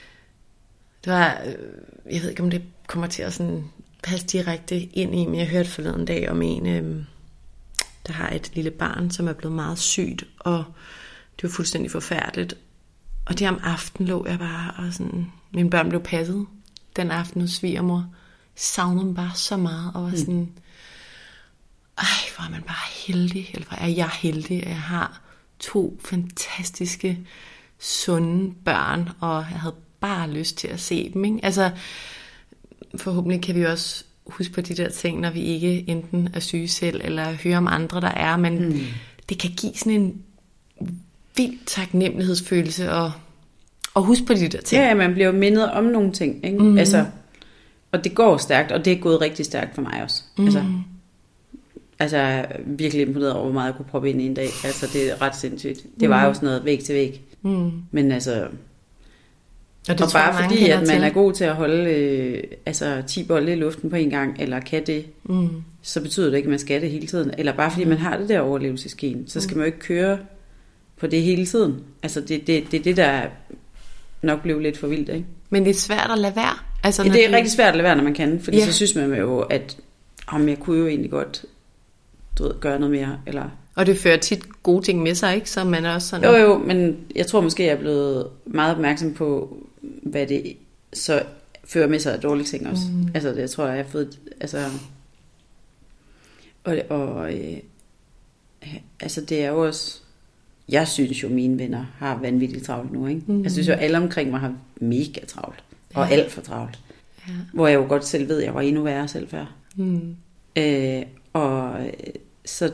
det var, jeg ved ikke om det kommer til at sådan passe direkte ind i, men jeg hørte forleden dag om en, der har et lille barn, som er blevet meget sygt, og det var fuldstændig forfærdeligt, og det om aftenen lå jeg bare, og sådan, mine børn blev passet den aften hos svigermor, savnede dem bare så meget, og var sådan, hvor er man bare heldig, eller hvor er jeg heldig, at jeg har 2 fantastiske, sunde børn, og jeg havde bare lyst til at se dem, ikke? Altså, forhåbentlig kan vi også huske på de der ting, når vi ikke enten er syge selv, eller hører om andre, der er, men det kan give sådan en vild taknemmelighedsfølelse, og huske på de der ting. Ja, man bliver mindet om nogle ting, ikke? Altså, og det går stærkt, og det er gået rigtig stærkt for mig også. Altså jeg er virkelig imponeret over, hvor meget jeg kunne proppe ind i en dag. Altså det er ret sindssygt. Det var jo sådan noget væg til væg. Men altså, og bare fordi at man er god til at holde 10 bolde i luften på en gang, eller kan det, så betyder det ikke, at man skal det hele tiden. Eller bare fordi man har det der overlevelsesgen, så skal man jo ikke køre på det hele tiden. Altså det er det, der nok blev lidt for vildt, ikke? Men det er svært at lade være. Altså, det er rigtig svært at lade være, når man kan. Fordi så synes man jo, at jeg kunne jo egentlig godt gøre noget mere, eller Og det fører tit gode ting med sig, ikke? Så man er også sådan... Jo, men jeg tror måske, jeg er blevet meget opmærksom på, hvad det så fører med sig af dårlige ting også. Altså, det tror jeg har fået... Altså, altså, det er jo også... Jeg synes jo, mine venner har vanvittigt travlt nu, ikke? Jeg synes jo, alle omkring mig har mega travlt. Og alt for travlt. Ja. Hvor jeg jo godt selv ved, at jeg var endnu værre selv før. Så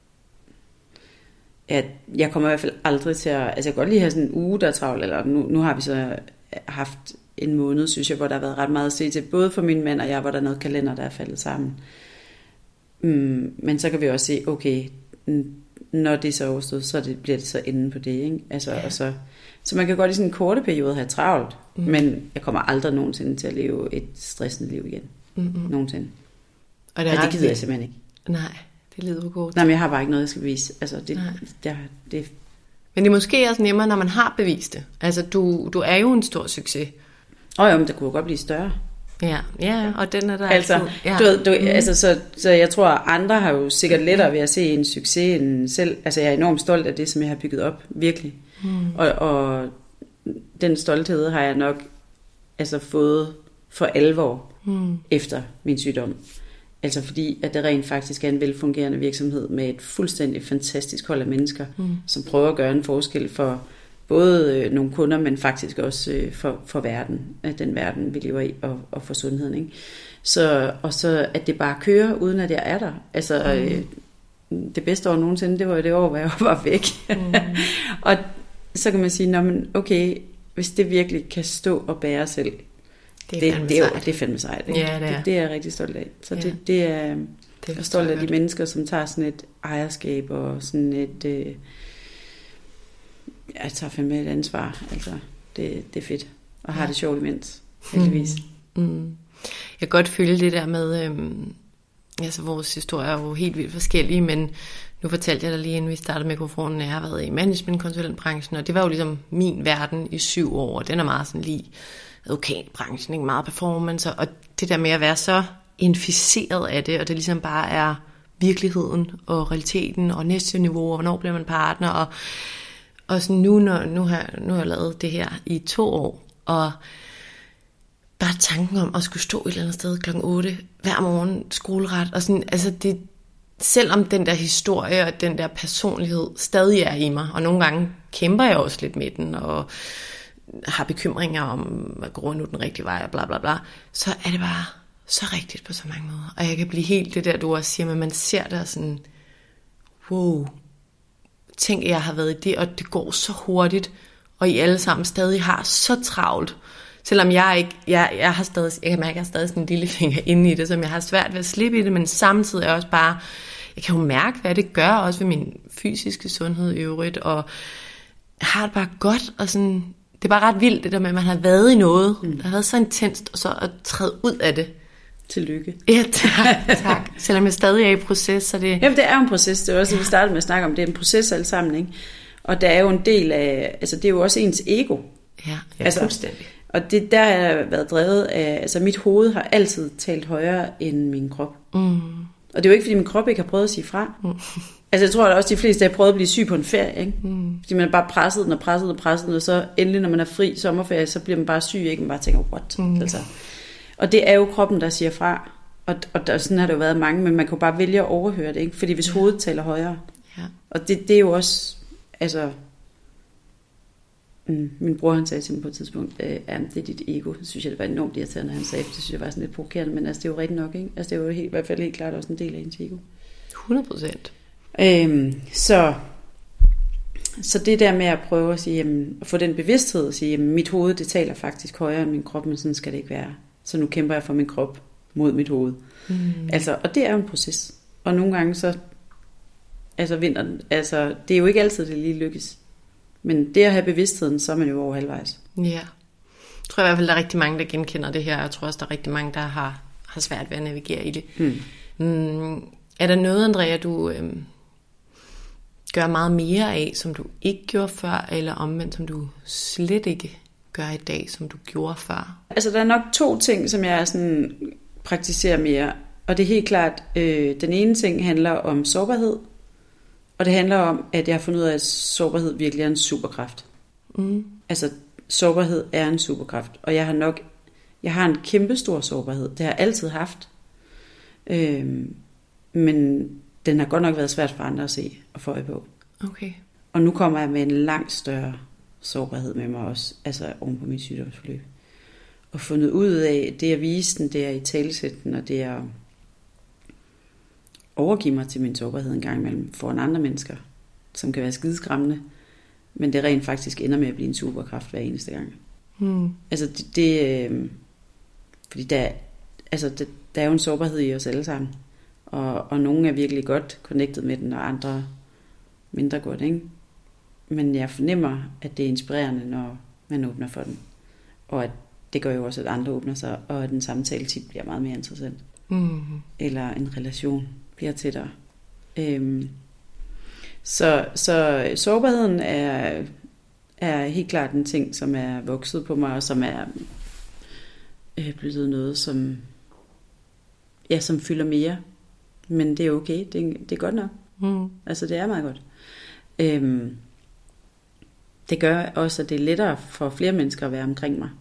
at jeg kommer i hvert fald aldrig til at... Altså jeg kan godt lige have sådan en uge, der er travlt, eller nu har vi så haft en måned, synes jeg, hvor der har været ret meget at se til, både for min mand og jeg, hvor der er noget kalender, der er faldet sammen. Men så kan vi også se, okay, når det er så overstået, så bliver det så enden på det, ikke? Altså, ja. Og så man kan godt i sådan en korte periode have travlt, men jeg kommer aldrig nogensinde til at leve et stressende liv igen. Nogensinde. Og det gider jeg simpelthen ikke. Nej, det lyder godt. Nej, men jeg har bare ikke noget, jeg skal bevise. Altså, det. Men det er måske også nemmere, når man har bevist det. Altså, du er jo en stor succes. Jo, men det kunne godt blive større. Ja, og den er der altså, altid. Ja. Altså, så jeg tror, at andre har jo sikkert lettere ved at se en succes end selv. Altså, jeg er enormt stolt af det, som jeg har bygget op, virkelig. Og den stolthed har jeg nok altså fået for alvor efter min sygdom. Altså fordi, at det rent faktisk er en velfungerende virksomhed med et fuldstændig fantastisk hold af mennesker, som prøver at gøre en forskel for både nogle kunder, men faktisk også for verden, den verden, vi lever i, og for sundheden. Ikke? Og så at det bare kører, uden at jeg er der. Altså, det bedste år nogensinde, det var det år, hvor jeg var væk. Og så kan man sige, men okay, hvis det virkelig kan stå og bære selv, det er fandme sejt. Ikke? Ja, det er jeg rigtig stolt af. Så det er jeg er stolt af de mennesker, som tager sådan et ejerskab og sådan et... jeg tager fandme et ansvar. Altså, det er fedt. Og har det sjovt imens, heldigvis. Jeg kan godt følge det der med... altså, vores historier er jo helt vildt forskellige, men nu fortalte jeg dig lige, inden vi startede mikrofonen, at jeg har været i managementkonsulentbranchen, og det var jo ligesom min verden i 7 år, og den er meget sådan lige advokatbranchen, ikke? Meget performance, og det der med at være så inficeret af det, og det ligesom bare er virkeligheden og realiteten og næste niveau, og hvornår bliver man partner, og sådan nu har jeg lavet det her i 2 år, og bare tanken om at skulle stå et eller andet sted kl. 8 hver morgen, skoleret, og sådan, altså det, selvom den der historie og den der personlighed stadig er i mig, og nogle gange kæmper jeg også lidt med den, og har bekymringer om, at går nu den rigtige vej, og bla bla bla, så er det bare så rigtigt på så mange måder. Og jeg kan blive helt det der, du også siger, men man ser det sådan, wow, tænk, jeg har været i det, og det går så hurtigt, og I alle sammen stadig har så travlt. Selvom jeg har stadig, jeg kan mærke, at jeg har stadig sådan en lille finger inde i det, som jeg har svært ved at slippe i det, men samtidig er også bare, jeg kan jo mærke, hvad det gør, også ved min fysiske sundhed i øvrigt, og jeg har det bare godt, og sådan, det er bare ret vildt, det der med, at man har været i noget, der har været så intenst, og så at træde ud af det. Tillykke. Ja, tak. Selvom jeg stadig er i proces, så det... Jamen, det er jo en proces, det er også, vi startede med at snakke om, det er en proces alle sammen, ikke? Og der er jo en del af, altså det er jo også ens ego. Ja, altså, fuldstændig. Og det der har været drevet af, altså mit hoved har altid talt højere end min krop. Og det er jo ikke, fordi min krop ikke har prøvet at sige fra. Altså jeg tror, at også de fleste har prøvet at blive syg på en ferie, ikke? Fordi man er bare presset, og så endelig, når man er fri sommerferie, så bliver man bare syg, ikke? Man bare tænker, what? Altså. Og det er jo kroppen, der siger fra. Og der, sådan har det jo været mange, men man kan jo bare vælge at overhøre det, ikke? Fordi hvis hovedet taler højere. Ja. Og det er jo også, altså... min bror, han sagde til mig på et tidspunkt, det er dit ego. Det synes jeg, det var enormt irriterende, han sagde. Det synes jeg var sådan lidt provokerende, men altså, det er jo rigtigt nok, ikke? Altså, det er jo i hvert fald helt klart også en del af ens ego. 100%. Så det der med at prøve at sige, jamen, at få den bevidsthed, at sige, jamen, mit hoved, det taler faktisk højere end min krop, men sådan skal det ikke være. Så nu kæmper jeg for min krop mod mit hoved. Altså, og det er jo en proces. Og nogle gange så, altså det er jo ikke altid, det lige lykkes. Men det at have bevidstheden, så er man jo over halvvejs. Ja. Jeg tror i hvert fald, der er rigtig mange, der genkender det her. Jeg tror også, der er rigtig mange, der har svært ved at navigere i det. Er der noget, Andrea, du gør meget mere af, som du ikke gjorde før, eller omvendt, som du slet ikke gør i dag, som du gjorde før? Altså, der er nok 2 ting, som jeg sådan praktiserer mere. Og det er helt klart, den ene ting handler om sårbarhed, Og det handler om, at jeg har fundet ud af, at sårbarhed virkelig er en superkraft. Altså, sårbarhed er en superkraft. Og jeg har en kæmpe stor sårbarhed. Det har jeg altid haft. Men den har godt nok været svært for andre at se og få øje på. Okay. Og nu kommer jeg med en langt større sårbarhed med mig også, altså oven på mit sygdomsforløb. Og fundet ud af, det at vise den, det er i talesætten, og det er at overgive mig til min sårbarhed en gang imellem foran andre mennesker, som kan være skideskræmmende, men det rent faktisk ender med at blive en superkraft hver eneste gang. Altså fordi der er jo en sårbarhed i os alle sammen, og nogle er virkelig godt connected med den, og andre mindre godt, ikke? Men jeg fornemmer, at det er inspirerende, når man åbner for den. Og at det gør jo også, at andre åbner sig, og at en samtale tit bliver meget mere interessant. Eller en relation bliver tættere. Så sårbarheden er helt klart en ting, som er vokset på mig, og som er blevet noget, som fylder mere. Men det er okay, det er godt nok. Altså det er meget godt. Det gør også, at det er lettere for flere mennesker at være omkring mig.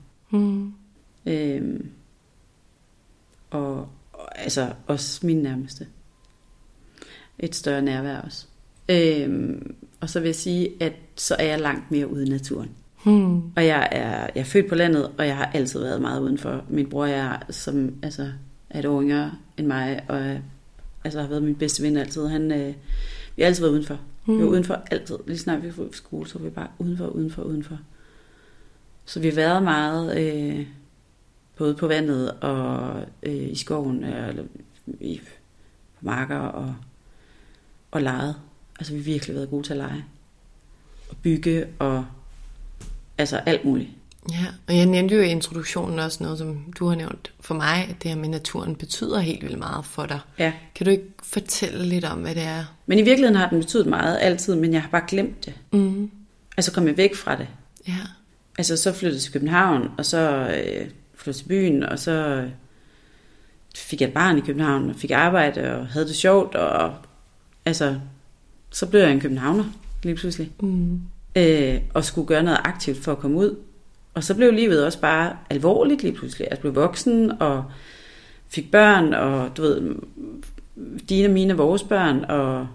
Og altså også min nærmeste. Et større nærvær også. Og så vil jeg sige, at så er jeg langt mere ude i naturen. Og jeg er født på landet, og jeg har altid været meget udenfor. Min bror er et år yngre end mig, og har været min bedste ven altid. Vi har altid været udenfor. Vi var udenfor altid. Lige snart vi var i skole, så var vi bare udenfor. Så vi har været meget både på vandet og i skoven, eller på marker og leget. Altså vi har virkelig været gode til at lege. Og bygge og altså alt muligt. Ja, og jeg nævnte jo i introduktionen også noget, som du har nævnt for mig, at det her med naturen betyder helt vildt meget for dig. Ja. Kan du ikke fortælle lidt om, hvad det er? Men i virkeligheden har den betydet meget altid, men jeg har bare glemt det. Altså kom jeg væk fra det. Ja. Altså så flyttede jeg til København, og så flyttede til byen, og så fik jeg et barn i København, og fik arbejde, og havde det sjovt, og altså så blev jeg en københavner lige pludselig. Og skulle gøre noget aktivt for at komme ud. Og så blev livet også bare alvorligt lige pludselig. Jeg blev voksen og fik børn, og du ved, dine og mine, vores børn, og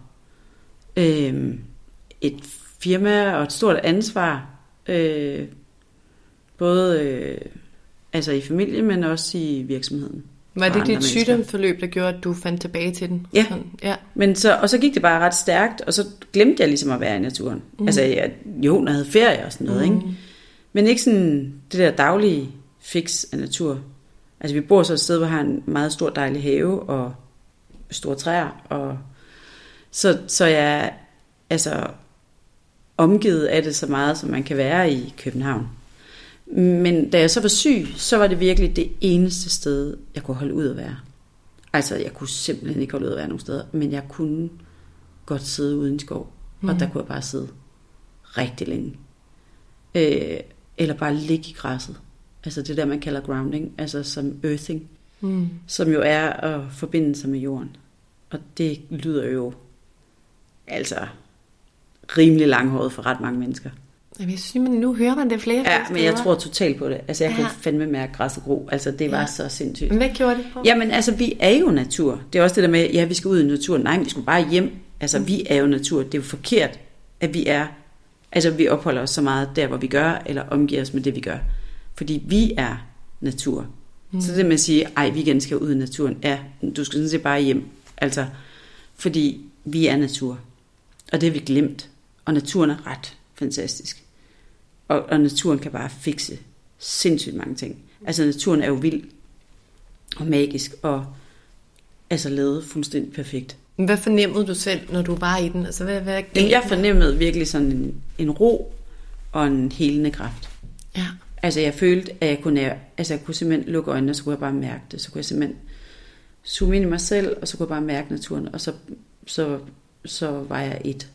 et firma og et stort ansvar. Både i familie, men også i virksomheden. Var det dit sygdomsforløb, der gjorde, at du fandt tilbage til den? Ja, ja. Og så gik det bare ret stærkt, og så glemte jeg ligesom at være i naturen. Altså, når jeg havde ferie og sådan noget, ikke? Men ikke sådan det der daglige fix af natur. Altså, vi bor så et sted, hvor vi har en meget stor dejlig have og store træer, og så jeg er omgivet af det så meget, som man kan være i København. Men da jeg så var syg, så var det virkelig det eneste sted, jeg kunne holde ud at være. Altså, jeg kunne simpelthen ikke holde ud at være nogen steder, men jeg kunne godt sidde ude i en skov, og der kunne jeg bare sidde rigtig længe. Eller bare ligge i græsset. Altså det der, man kalder grounding, altså som earthing, som jo er at forbinde sig med jorden. Og det lyder jo altså rimelig langhåret for ret mange mennesker. Jeg synes, men nu hører man det flere steder. Ja, men jeg tror totalt på det. Altså jeg kunne fandme mærke græsset gro. Altså det var så sindssygt. Hvad gjorde det på? Jamen altså vi er jo natur. Det er også det der med, vi skal ud i naturen. Nej, vi skal bare hjem. Altså vi er jo natur. Det er jo forkert, at vi er. Altså vi opholder os så meget der, hvor vi gør, eller omgiver os med det, vi gør. Fordi vi er natur. Så det med at sige, vi igen skal ud i naturen. Ja, du skal sådan set bare hjem. Altså, fordi vi er natur. Og det har vi glemt. Og naturen er ret fantastisk. Og naturen kan bare fikse sindssygt mange ting. Altså naturen er jo vild og magisk og altså lavet fuldstændig perfekt. Hvad fornemmede du selv, når du var i den? Altså, hvad jeg fornemmede virkelig sådan en ro og en helende kraft. Ja. Altså jeg følte, at jeg kunne simpelthen lukke øjnene, og så kunne jeg bare mærke det. Så kunne jeg simpelthen zoome ind i mig selv, og så kunne jeg bare mærke naturen. Og så var jeg et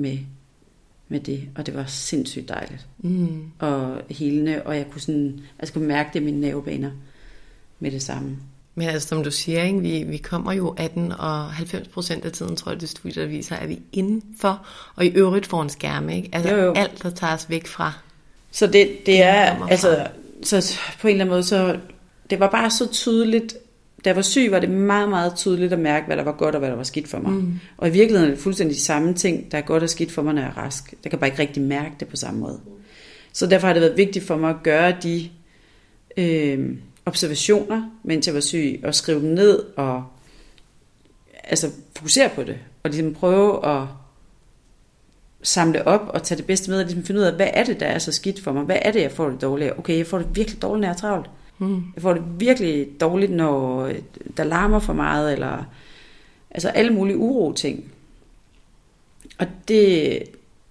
med det, og det var sindssygt dejligt. Og helende, og jeg kunne mærke det i mine nervebaner med det samme. Men altså, som du siger, ikke, vi kommer jo 18, og 90% af tiden, tror jeg, det studie, der viser, at vi er indenfor, og i øvrigt får en skærm, ikke? Altså jo. alt, der tager os væk fra. Så det er, altså, så på en eller anden måde, så det var bare så tydeligt. Da jeg var syg, var det meget, meget tydeligt at mærke, hvad der var godt og hvad der var skidt for mig. Og i virkeligheden er det fuldstændig de samme ting, der er godt og skidt for mig, når jeg er rask. Jeg kan bare ikke rigtig mærke det på samme måde. Så derfor har det været vigtigt for mig at gøre de observationer, mens jeg var syg, og skrive dem ned, og altså fokusere på det, og ligesom prøve at samle op, og tage det bedste med, og ligesom finde ud af, hvad er det, der er så skidt for mig? Hvad er det, jeg får det dårligt af? Okay, jeg får det virkelig dårligt, når jeg er travlt. Jeg får det virkelig dårligt, når der larmer for meget, eller altså alle mulige uro-ting. Og det...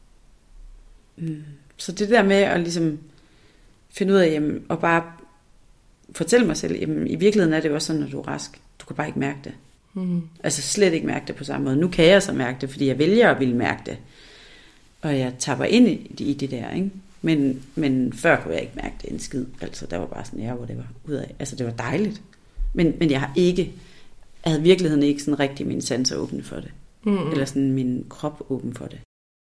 Så det der med at ligesom finde ud af, jamen, og bare fortælle mig selv, jamen, i virkeligheden er det jo også sådan, når du er rask. Du kan bare ikke mærke det. Altså slet ikke mærke det på samme måde. Nu kan jeg så mærke det, fordi jeg vælger at ville mærke det. Og jeg tapper ind i det der, ikke? Men før kunne jeg ikke mærke det en skid. Altså der var bare sådan, hvor det var ud af. Altså det var dejligt. Men jeg havde i virkeligheden ikke sådan rigtig mine sanser åbne for det. Eller sådan min krop åben for det.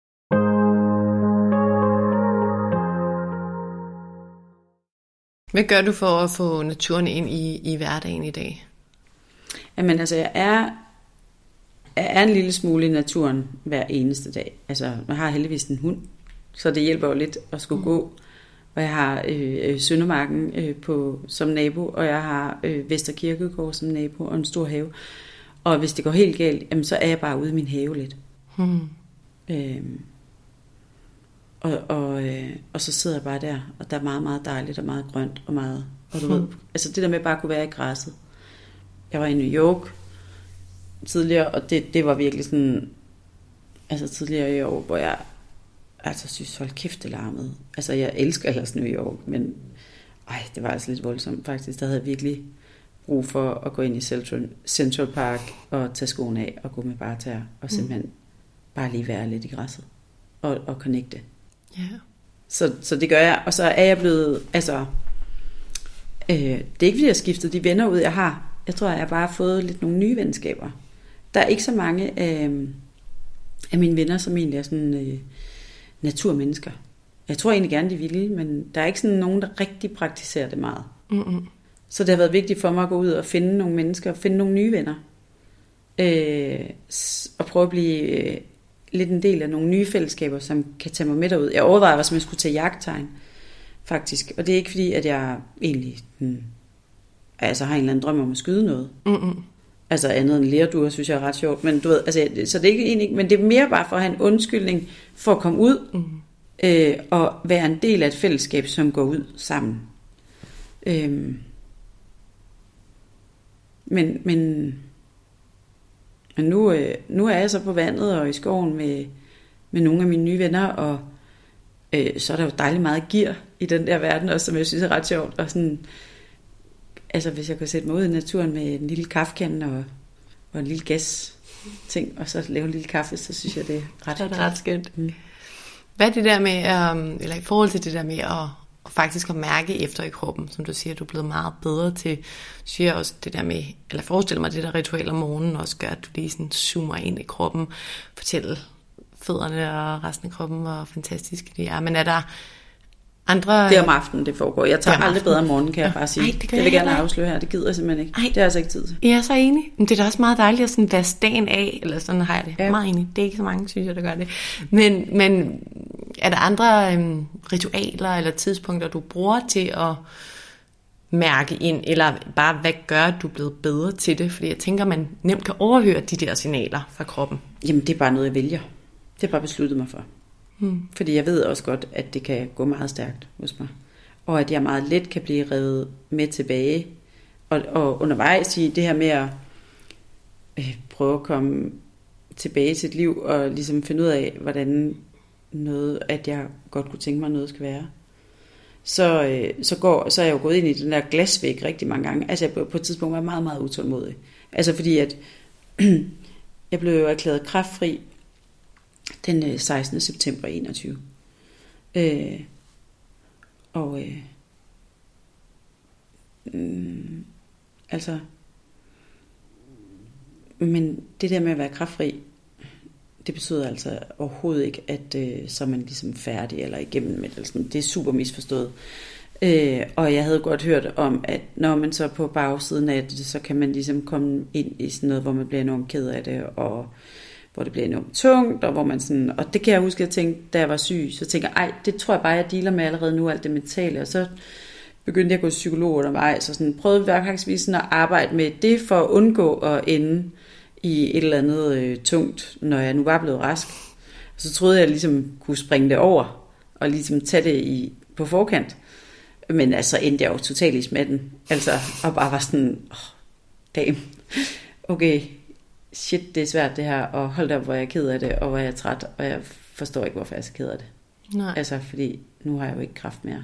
Hvad gør du for at få naturen ind i hverdagen i dag? Jamen altså, jeg er en lille smule i naturen hver eneste dag. Altså, jeg har heldigvis en hund, så det hjælper jo lidt at skulle gå. Og jeg har Søndermarken som nabo, og jeg har Vesterkirkegård som nabo, og en stor have. Og hvis det går helt galt, jamen, så er jeg bare ude i min have lidt. Og så sidder jeg bare der, og der er meget, meget dejligt og meget grønt og meget, og du ved, altså det der med bare at kunne være i græsset. Jeg var i New York tidligere, og det var virkelig sådan, altså tidligere i år, hvor jeg altså synes, hold kæft, det larmede. Altså jeg elsker ellers New York, men det var altså lidt voldsomt faktisk. Der havde jeg virkelig brug for at gå ind i Central Park og tage skoene af og gå med bartær og simpelthen bare lige være lidt i græsset og connecte. Ja. Så det gør jeg, og så er jeg blevet, altså, det er ikke fordi jeg har skiftet de venner ud, jeg har. Jeg tror, jeg har bare fået lidt nogle nye venskaber. Der er ikke så mange af mine venner, som egentlig er sådan naturmennesker. Jeg tror egentlig gerne, de ville, men der er ikke sådan nogen, der rigtig praktiserer det meget. Så det har været vigtigt for mig at gå ud og finde nogle mennesker, finde nogle nye venner. Og prøve at blive lidt en del af nogle nye fællesskaber, som kan tage mig med derud. Jeg overvejer også, om jeg skulle tage jagttegn, faktisk. Og det er ikke fordi, at jeg egentlig har en eller anden drøm om at skyde noget. Altså andet end lerduer, synes jeg er ret sjovt. Men du ved, altså, så det er ikke egentlig, men det er mere bare for at have en undskyldning for at komme ud og være en del af et fællesskab, som går ud sammen. Men nu er jeg så på vandet og i skoven med nogle af mine nye venner, og så er der jo dejligt meget gear i den der verden også, som jeg synes er ret sjovt. Og sådan, altså hvis jeg kan sætte mig ud i naturen med en lille kaffekande og en lille gas ting, og så lave en lille kaffe, så synes jeg, det er ret skønt. Hvad er det der med, eller i forhold til det der med at faktisk at mærke efter i kroppen, som du siger, du er blevet meget bedre til, siger også det der med, eller forestil mig det der ritual om morgenen også gør, at du lige sådan zoomer ind i kroppen, fortælle fødderne og resten af kroppen, hvor fantastisk det er. Men er der andre... Det er om aftenen, det foregår. Jeg tager aldrig bedre om morgenen, kan jeg bare sige. Det vil jeg gerne afsløre her. Det gider jeg simpelthen ikke. Det er altså ikke tid til. Jeg er så enig. Men det er da også meget dejligt at sådan vaske dagen af, eller sådan har jeg det. Ja. Meget enig. Det er ikke så mange, synes jeg, der gør det. Men er der andre ritualer eller tidspunkter, du bruger til at mærke ind, eller bare hvad gør, at du er blevet bedre til det? Fordi jeg tænker, man nemt kan overhøre de der signaler fra kroppen. Jamen, det er bare noget, jeg vælger. Det er bare besluttet mig for. Fordi jeg ved også godt, at det kan gå meget stærkt hos mig. Og at jeg meget let kan blive revet med tilbage. Og undervejs i det her med at prøve at komme tilbage til et liv, og ligesom finde ud af, hvordan noget, at jeg godt kunne tænke mig, noget skal være. Så er jeg jo gået ind i den der glasvæg rigtig mange gange. Altså jeg på et tidspunkt var meget, meget utålmodig. Altså fordi at jeg blev jo erklæret kræftfri den 16. september 21. Altså Men det der med at være kræftfri, det betyder altså overhovedet ikke, at så er man ligesom færdig eller igennem med det. Det er super misforstået. Og jeg havde godt hørt om, at når man så på bagsiden af det, så kan man ligesom komme ind i sådan noget, hvor man bliver enormt ked af det, og hvor det bliver enormt tungt, og hvor man sådan, og det kan jeg huske, at jeg tænkte, da jeg var syg, så tænker jeg, det tror jeg bare, jeg dealer med allerede nu, alt det mentale, og så begyndte jeg at gå til psykolog undervejs, og sådan prøvede faktisk sådan at arbejde med det, for at undgå at ende i et eller andet tungt, når jeg nu var blevet rask. Og så troede jeg ligesom kunne springe det over, og ligesom tage det på forkant. Men altså endte jeg jo totalt i smatten. Altså, og bare var sådan, damn, okay, shit, det er svært det her, og hold da op, hvor jeg er ked af det, og hvor jeg er træt, og jeg forstår ikke, hvorfor jeg er så ked af det. Nej. Altså, fordi nu har jeg jo ikke kraft mere.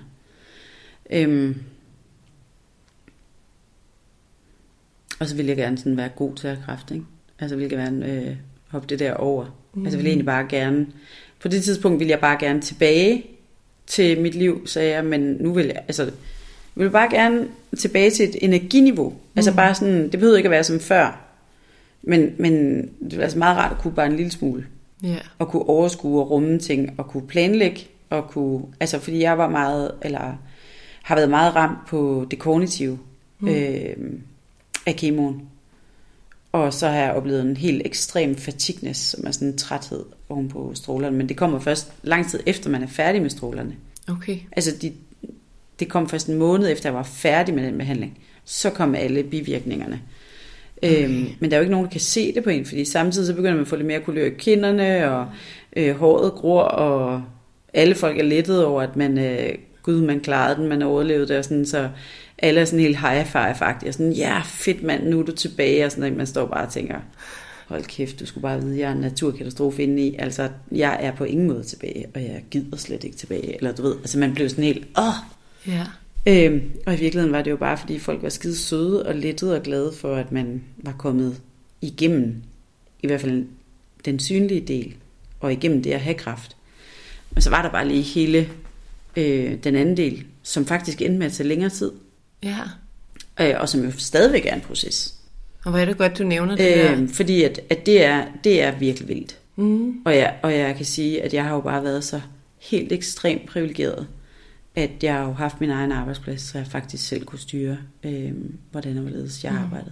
Og så ville jeg gerne sådan være god til at have kraft, ikke? Altså ville jeg gerne hoppe det der over. Altså ville jeg egentlig bare gerne, på det tidspunkt ville jeg bare gerne tilbage til mit liv, sagde jeg, men nu vil jeg vil bare gerne tilbage til et energiniveau. Altså bare sådan, det behøver ikke at være som før, men det er altså meget rart at kunne bare en lille smule. Yeah. Og kunne overskue og rumme ting, og kunne planlægge, og kunne, altså fordi jeg var meget, eller har været meget ramt på det kognitive af kemoen. Og så har jeg oplevet en helt ekstrem fatigness, som er sådan en træthed ovenpå strålerne. Men det kommer først lang tid efter, man er færdig med strålerne. Okay. Altså det kom først en måned efter, jeg var færdig med den behandling. Så kom alle bivirkningerne. Okay. Men der er jo ikke nogen, der kan se det på en, fordi samtidig så begynder man at få lidt mere kulør i kinderne, og håret gror, og alle folk er lettet over, at man klarede den, man overlevede det, og sådan, så alle er sådan helt high-five-agtige, og sådan, ja, fedt mand, nu er du tilbage, og sådan, og man står bare og tænker, hold kæft, du skulle bare vide, jeg er en naturkatastrofe inde i, altså, jeg er på ingen måde tilbage, og jeg gider slet ikke tilbage, eller du ved, altså man blev sådan helt, Ja. Og i virkeligheden var det jo bare, fordi folk var skide søde og lettede og glade for, at man var kommet igennem, i hvert fald den synlige del, og igennem det at have kræft. Men så var der bare lige hele den anden del, som faktisk endte med at tage længere tid. Ja. Og som jo stadigvæk er en proces. Og hvor er det godt, du nævner det der. Fordi at det er virkelig vildt. Og jeg kan sige, at jeg har jo bare været så helt ekstremt privilegeret, at jeg har jo haft min egen arbejdsplads, så jeg faktisk selv kunne styre, hvordan og hvorledes jeg arbejdede.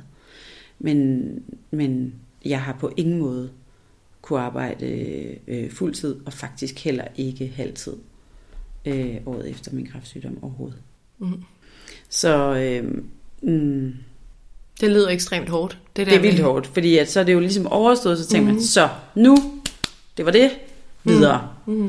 Men jeg har på ingen måde kunne arbejde fuldtid, og faktisk heller ikke halvtid året efter min kræftsygdom overhovedet. Så det lyder ekstremt hårdt. Det er vildt hårdt, fordi at så er det jo ligesom overstået, så tænker man, så nu, det var det, videre.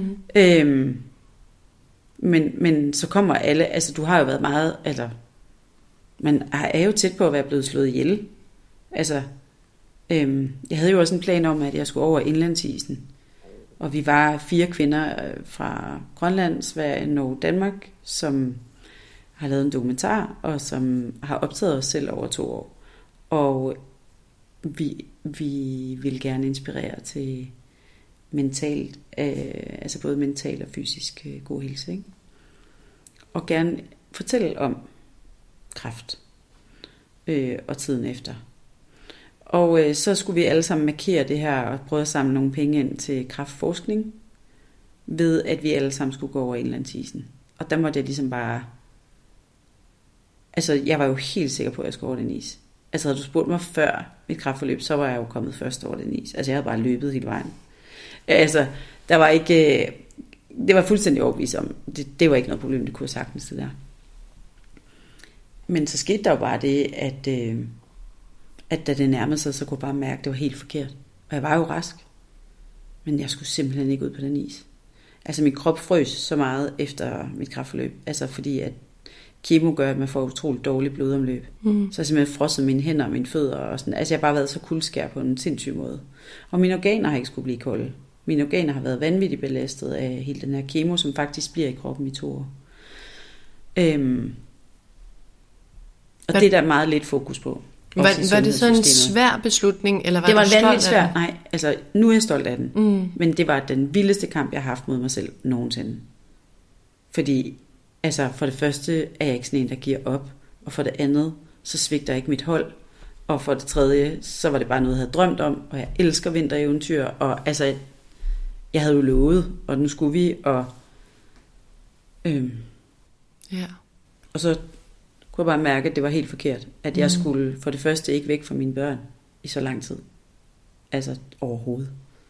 Men så kommer alle, altså du har jo været meget, altså man er jo tæt på at være blevet slået ihjel. Altså, jeg havde jo også en plan om, at jeg skulle over indlandsisen, og vi var 4 kvinder fra Grønland, Sverige, Norge, Danmark, som har lavet en dokumentar, og som har optaget os selv over 2 år. Og vi vil gerne inspirere til mentalt, altså både mental og fysisk god helse, ikke? Og gerne fortælle om kræft og tiden efter. Og så skulle vi alle sammen markere det her og prøve at samle nogle penge ind til kræftforskning, ved at vi alle sammen skulle gå over indlandsisen. Og der måtte jeg ligesom bare, altså jeg var jo helt sikker på, at jeg skulle over den is. Altså havde du spurgt mig før mit kræftforløb, så var jeg jo kommet først over den is. Altså jeg havde bare løbet hele vejen. Altså der var ikke, det var fuldstændig overbevist om, det var ikke noget problem, det kunne jeg sagtens det der. Men så skete der jo bare det, at da det nærmede sig, så kunne jeg bare mærke, at det var helt forkert. Og jeg var jo rask, men jeg skulle simpelthen ikke ud på den is. Altså min krop frøs så meget efter mit kræftforløb, altså fordi at kemo gør, at man får utroligt dårligt blodomløb. Så jeg simpelthen frosset mine hænder og mine fødder og sådan. Altså jeg har bare været så kuldskær på en sindssyg måde. Og mine organer har ikke skulle blive kolde. Mine organer har været vanvittigt belastet af hele den her kemo, som faktisk bliver i kroppen i 2 år. Og det er der meget lidt fokus på. Var det så en svær beslutning, eller var det var du stolt vanvittigt svært? af den? Nej, altså nu er jeg stolt af den. Men det var den vildeste kamp, jeg har haft mod mig selv nogensinde. Fordi, altså for det første er jeg ikke sådan en, der giver op. Og for det andet, så svigter ikke mit hold. Og for det tredje, så var det bare noget, jeg havde drømt om, og jeg elsker vintereventyr, og altså, jeg havde jo lovet, og nu skulle vi, og og så kunne jeg bare mærke, at det var helt forkert, at jeg skulle for det første ikke væk fra mine børn i så lang tid. Altså overhovedet.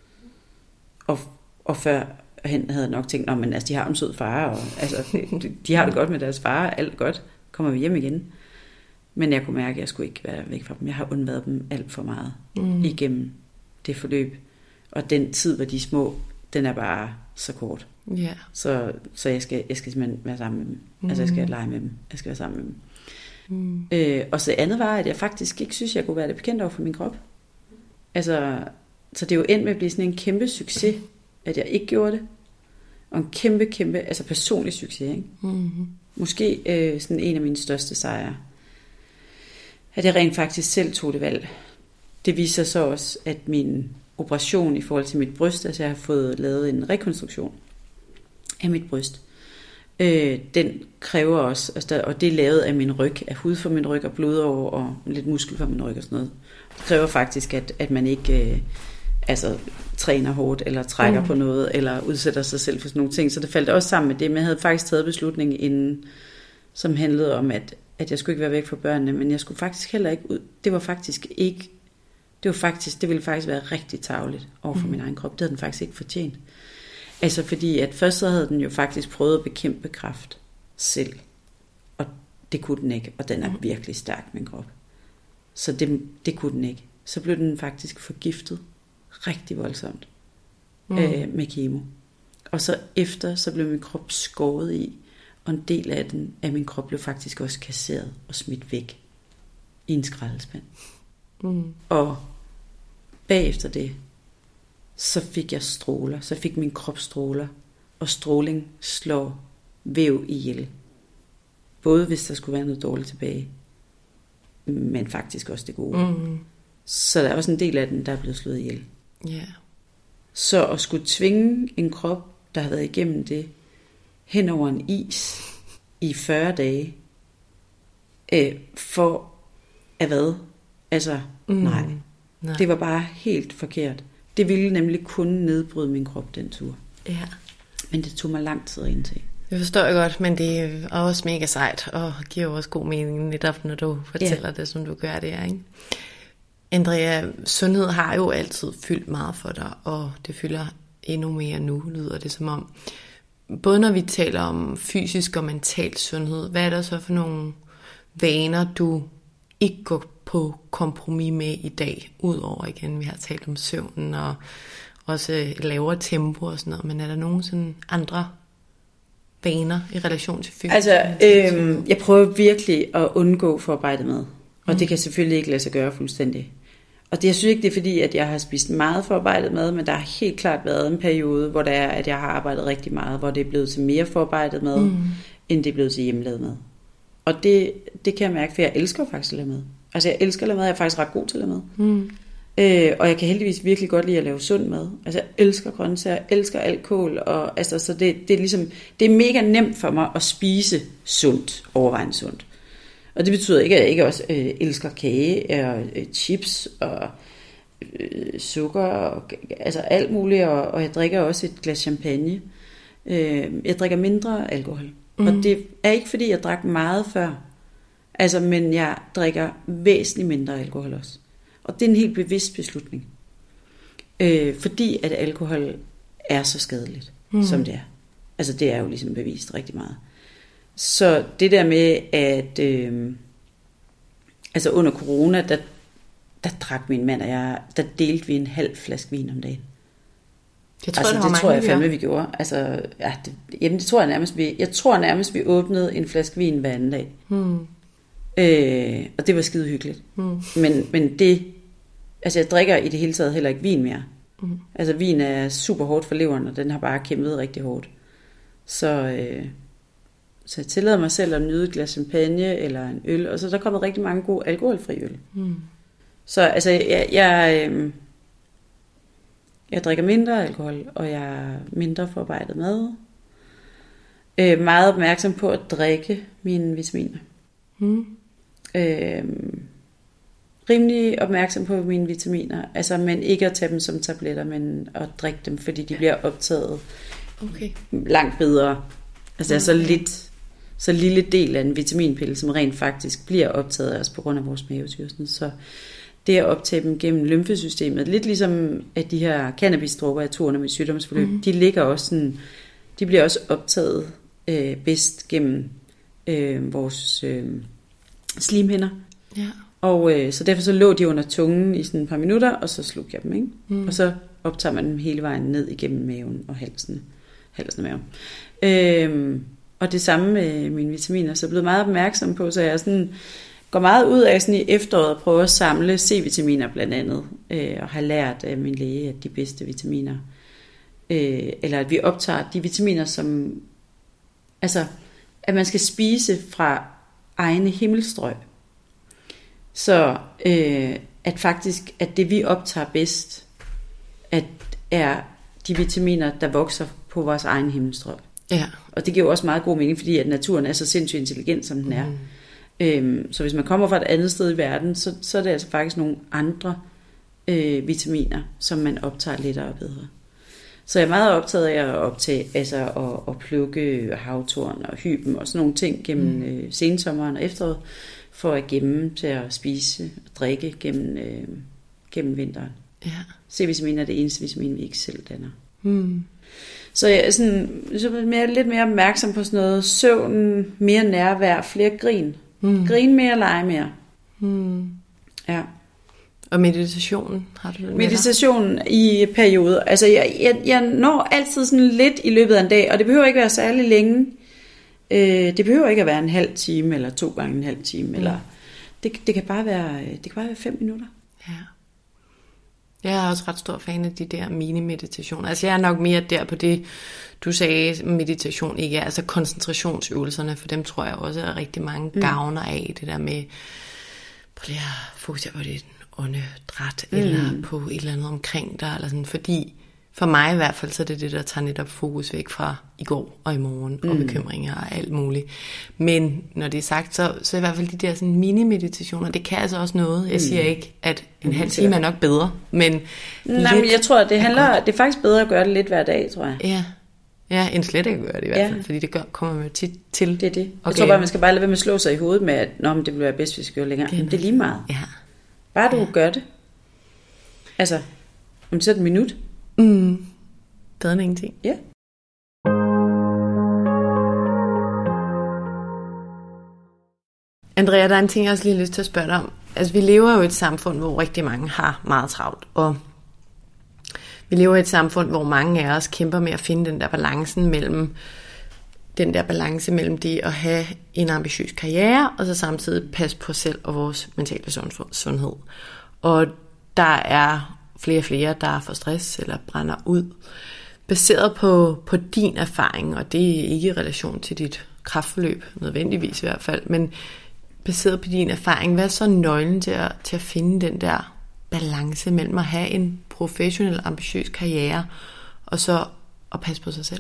Og før hen havde jeg nok tænkt, men altså, de har en sød far, og altså, de har det godt med deres far, alt godt, kommer vi hjem igen. Men jeg kunne mærke, at jeg skulle ikke være væk fra dem. Jeg har undværet dem alt for meget igennem det forløb. Og den tid, hvor de er små, den er bare så kort. Yeah. Så jeg skal simpelthen være sammen med dem. Altså jeg skal lege med dem. Jeg skal være sammen med dem. Og så det andet var, at jeg faktisk ikke synes, jeg kunne være det bekendt over for min krop. Altså, så det er jo endt med at blive sådan en kæmpe succes, at jeg ikke gjorde det. Og en kæmpe, altså personlig succes, ikke? Mm-hmm. Måske sådan en af mine største sejre. At jeg rent faktisk selv tog det valg. Det viser så også, at min operation i forhold til mit bryst, altså jeg har fået lavet en rekonstruktion af mit bryst, den kræver også, altså og det er lavet af min ryg, af hud for min ryg og blodårer og lidt muskel for min ryg og sådan noget. Det kræver faktisk, at man ikke træner hårdt eller trækker på noget, eller udsætter sig selv for sådan nogle ting. Så det faldt også sammen med det, men jeg havde faktisk taget beslutningen inden, som handlede om, at jeg skulle ikke være væk fra børnene, men jeg skulle faktisk heller ikke ud. Det ville faktisk være rigtig tarveligt over for min egen krop. Det havde den faktisk ikke fortjent. Altså fordi, at først så havde den jo faktisk prøvet at bekæmpe kræft selv, og det kunne den ikke, og den er virkelig stærk, min krop. Så det kunne den ikke. Så blev den faktisk forgiftet rigtig voldsomt med kemo. Og så efter, så blev min krop skåret i, og en del af min krop blev faktisk også kasseret og smidt væk i en skraldespand. Og bagefter det, så fik jeg stråler, så fik min krop stråler, og stråling slår væv ihjel. Både hvis der skulle være noget dårligt tilbage, men faktisk også det gode. Så der er også en del af den, der er blevet slået ihjel. Yeah. Så at skulle tvinge en krop, der har været igennem det, hen over en is i 40 dage, for at hvad? Altså, nej. Det var bare helt forkert. Det ville nemlig kun nedbryde min krop, den tur. Ja. Men det tog mig lang tid at indse. Det forstår jeg godt, men det er også mega sejt, og giver også god mening netop, når du fortæller det, som du gør det, ikke? Andrea, sundhed har jo altid fyldt meget for dig, og det fylder endnu mere nu, lyder det som om. Både når vi taler om fysisk og mental sundhed, hvad er der så for nogle vaner, du ikke går på kompromis med i dag, udover igen, vi har talt om søvnen og også lavere tempo og sådan noget, men er der nogen sådan andre vaner i relation til fysisk? Altså, jeg prøver virkelig at undgå forarbejdet mad, og det kan selvfølgelig ikke lade sig gøre fuldstændig. Og det, jeg synes ikke, det er fordi, at jeg har spist meget forarbejdet mad, men der har helt klart været en periode, hvor det er, at jeg har arbejdet rigtig meget, hvor det er blevet til mere forarbejdet mad, end det er blevet til hjemmelavet mad. Og det kan jeg mærke, for jeg elsker faktisk at lave mad. Altså jeg elsker at lave mad, jeg er faktisk ret god til at lave mad. Og jeg kan heldigvis virkelig godt lide at lave sund mad. Altså jeg elsker grøntsager, jeg elsker alkohol, og altså så det er ligesom, det er mega nemt for mig at spise sundt, overvejende sundt. Og det betyder ikke, at jeg ikke også elsker kage og chips og sukker og altså alt muligt, og jeg drikker også et glas champagne. Jeg drikker mindre alkohol. Og det er ikke fordi jeg drak meget før, altså, men jeg drikker væsentligt mindre alkohol også. Og det er en helt bevidst beslutning, fordi at alkohol er så skadeligt, som det er. Altså det er jo ligesom bevist rigtig meget. Så det der med at altså under corona, der drak min mand og jeg, der delte vi en halv flaske vin om dagen. Det tror jeg fandme vi gjorde. Altså, ja, det tror jeg nærmest jeg tror nærmest vi åbnede en flaske vin hver anden dag. Og det var skide hyggeligt. Men det, altså jeg drikker i det hele taget heller ikke vin mere. Altså vin er super hårdt for leveren, og den har bare kæmpet rigtig hårdt. Så jeg tillader mig selv at nyde et glas champagne eller en øl, og så er der kommet rigtig mange gode alkoholfri øl. Så altså jeg drikker mindre alkohol, og jeg er mindre forarbejdet mad. Meget opmærksom på at drikke mine vitaminer. rimelig opmærksom på mine vitaminer. Altså, men ikke at tage dem som tabletter, men at drikke dem, fordi de bliver optaget langt bedre. Altså, det er så lille del af en vitaminpille, som rent faktisk bliver optaget af os på grund af vores mavesyre. Så det at optage dem gennem lymfesystemet, lidt ligesom at de her cannabisdrupper af turen med sygdomsforløb, de ligger også sådan, de bliver også optaget bedst gennem vores slimhinder. Ja. Og så derfor så lå de under tungen i sådan et par minutter, og så slugte jeg dem, ikke? Og så optager man dem hele vejen ned igennem maven og halsen af maven. Og det samme med mine vitaminer, så jeg er blevet meget opmærksom på, så jeg sådan går meget ud af sådan i efteråret at prøve at samle C-vitaminer blandt andet, og har lært af min læge, at de bedste vitaminer, eller at vi optager de vitaminer, som, altså, at man skal spise fra egne himmelstrøg. Så at faktisk, at det vi optager bedst, at er de vitaminer, der vokser på vores egen himmelstrøg. Ja. Og det giver jo også meget god mening, fordi at naturen er så sindssygt intelligent, som den er. Så hvis man kommer fra et andet sted i verden, så er det altså faktisk nogle andre vitaminer, som man optager lettere og bedre. Så jeg er meget optaget af at optage, altså at plukke havtorn og hyben og sådan nogle ting gennem sensommeren og efteråret, for at gemme til at spise og drikke gennem vinteren. Ja. C-vitamin er det eneste vitamin, vi ikke selv danner. Så jeg er sådan, lidt mere opmærksom på sådan noget søvn, mere nærvær, flere grin. Grin mere, lege mere. Ja. Og meditationen, har du det med meditationen i perioder. Altså jeg når altid sådan lidt i løbet af en dag, og det behøver ikke være særlig længe. Det behøver ikke at være en halv time, eller 2 gange en halv time, eller det kan bare være 5 minutter. Ja. Jeg er også ret stor fan af de der mini-meditationer. Altså jeg er nok mere der på det, du sagde, meditation ikke er, altså koncentrationsøvelserne, for dem tror jeg også er rigtig mange gavner af, det der med, prøv lige at fokusere på det åndedræt, eller på et eller andet omkring dig, eller sådan, fordi for mig i hvert fald, så er det det, der tager netop fokus væk fra i går og i morgen, og bekymringer og alt muligt. Men når det er sagt, så i hvert fald de der sådan mini-meditationer, det kan altså også noget. Jeg siger ikke, at en halv time er nok bedre, men nej, men jeg tror, at det er faktisk bedre at gøre det lidt hver dag, tror jeg. Ja, end slet ikke at gøre det i hvert fald, fordi det kommer man tit til. Det er det. Jeg tror bare, man skal bare lade være med at slå sig i hovedet med, at det vil være bedst, hvis vi skal gøre længere. Men det er lige meget. Ja. Bare du gør det. Altså, om så et minut. Bedre end ingenting. Ja. Andrea, der er en ting, jeg også lige har lyst til at spørge dig om. Altså, vi lever jo i et samfund, hvor rigtig mange har meget travlt, og vi lever i et samfund, hvor mange af os kæmper med at finde den der balance mellem det at have en ambitiøs karriere, og så samtidig passe på os selv og vores mentale sundhed. Og der er flere, der får stress eller brænder ud. Baseret på din erfaring, og det er ikke i relation til dit kræftforløb, nødvendigvis i hvert fald, men baseret på din erfaring, hvad er så nøglen til at finde den der balance mellem at have en professionel, ambitiøs karriere, og så at passe på sig selv?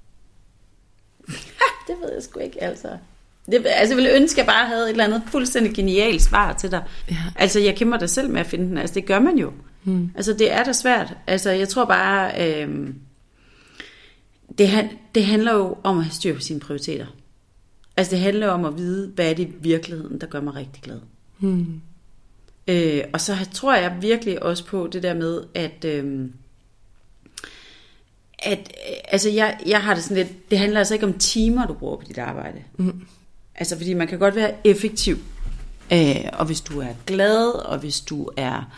Det ved jeg sgu ikke, altså. Jeg ville ønske, at jeg bare havde et eller andet fuldstændig genialt svar til dig. Ja. Altså, jeg kæmper da selv med at finde den. Altså, det gør man jo. Altså, det er da svært. Altså, jeg tror bare, det handler jo om at have styr på sine prioriteter. Altså, det handler om at vide, hvad er det i virkeligheden, der gør mig rigtig glad. Og så tror jeg virkelig også på det der med, at altså, jeg har det sådan lidt, det handler altså ikke om timer, du bruger på dit arbejde. Altså, fordi man kan godt være effektiv. Og hvis du er glad, og hvis du er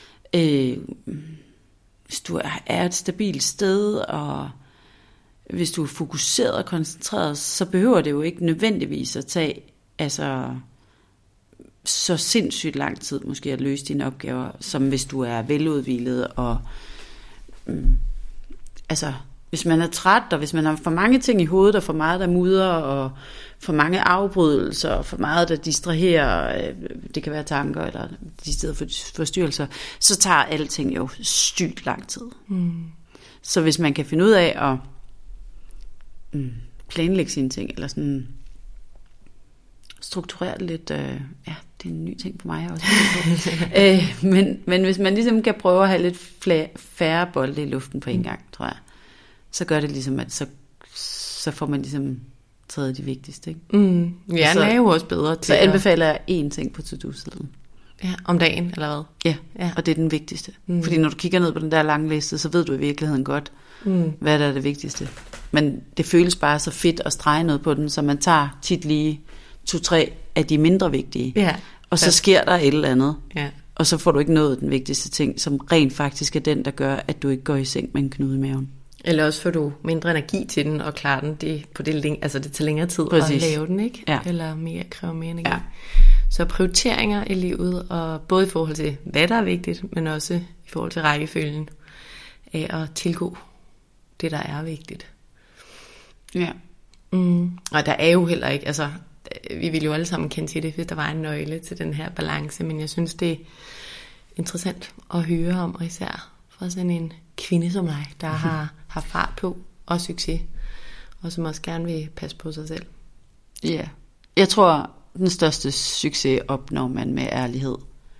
et stabilt sted, og hvis du er fokuseret og koncentreret, så behøver det jo ikke nødvendigvis at tage så sindssygt lang tid måske at løse dine opgaver, som hvis du er veludhvilet og hvis man er træt, og hvis man har for mange ting i hovedet, og for meget der mudrer, og for mange afbrydelser, og for meget der distraherer, det kan være tanker, eller de steder forstyrrelser, så tager alting jo sygt lang tid. Så hvis man kan finde ud af at planlægge sine ting, eller sådan, strukturere lidt, ja, det er en ny ting for mig også. Men hvis man ligesom kan prøve at have lidt færre bolde i luften på en gang, tror jeg, så gør det ligesom, at så får man ligesom taget de vigtigste. Ikke? Hjernen er jo også bedre til så anbefaler jeg én ting på to-do-sedlen. Ja, om dagen, eller hvad? Ja, og det er den vigtigste. Fordi når du kigger ned på den der lange liste, så ved du i virkeligheden godt, hvad der er det vigtigste. Men det føles bare så fedt at strege noget på den, så man tager tit lige 2-3 af de mindre vigtige. Ja. Og så sker der et eller andet. Ja. Og så får du ikke nået den vigtigste ting, som rent faktisk er den, der gør, at du ikke går i seng med en knude i maven. Eller også får du mindre energi til den, og klarer den det tager længere tid Præcis. at lave den, ikke? Ja. Eller kræver mere energi. Ja. Så prioriteringer i livet, og både i forhold til, hvad der er vigtigt, men også i forhold til rækkefølgen af at tilgå det, der er vigtigt. Ja. Og der er jo heller ikke, altså, vi vil jo alle sammen kende til det, hvis der var en nøgle til den her balance, men jeg synes, det er interessant at høre om, og især fra sådan en kvinde som dig, der har fart på og succes, og som også gerne vil passe på sig selv. Ja. Jeg tror, den største succes opnår man med ærlighed.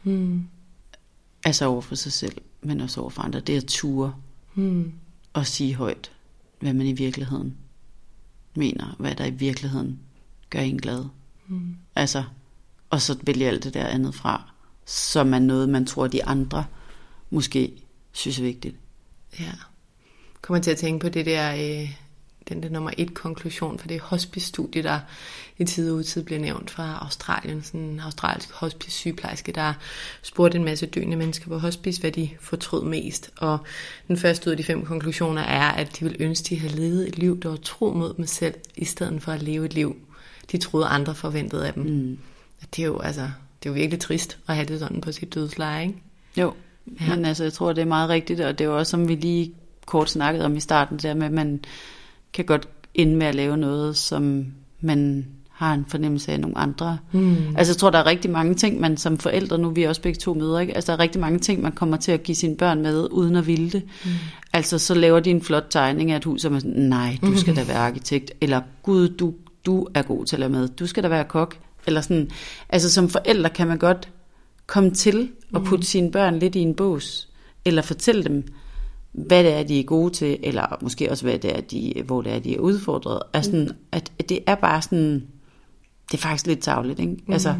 Altså over for sig selv, men også over for andre. Det er at ture og sige højt, hvad man i virkeligheden mener, hvad der i virkeligheden gør en glad. Altså, og så vælge alt det der andet fra, som er noget, man tror, de andre måske synes er vigtigt. Ja. Kommer til at tænke på det der, den der nummer 1 konklusion for det hospice-studie, der i tid og udtid bliver nævnt fra Australien, sådan en australsk hospice-sygeplejerske, der spurgte en masse døende mennesker på hospice, hvad de fortrød mest. Og den første ud af de 5 konklusioner er, at de ville ønske, de havde levet et liv, der var tro mod dem selv, i stedet for at leve et liv, de troede andre forventede af dem. Det er jo det er jo virkelig trist at have det sådan på sit dødsleje, ikke? Jo, ja. Men altså, jeg tror, det er meget rigtigt, og det er jo også, som vi lige kort snakkede om i starten, der med, at man kan godt ende med at lave noget, som man har en fornemmelse af nogle andre. Altså, jeg tror, der er rigtig mange ting, man som forældre, nu vi også begge to møder, ikke? Altså, der er rigtig mange ting, man kommer til at give sine børn med, uden at ville det. Altså, så laver de en flot tegning af et hus, og man sådan, nej, du skal da være arkitekt, eller gud, du er god til at lave mad, du skal da være kok, eller sådan. Altså, som forældre kan man godt komme til at putte sine børn lidt i en bås, eller fortælle dem, hvad det er, de er gode til, eller måske også, hvad det er, hvor det er, de er udfordret. Altså, at det er bare sådan, det er faktisk lidt tarveligt, ikke? Altså,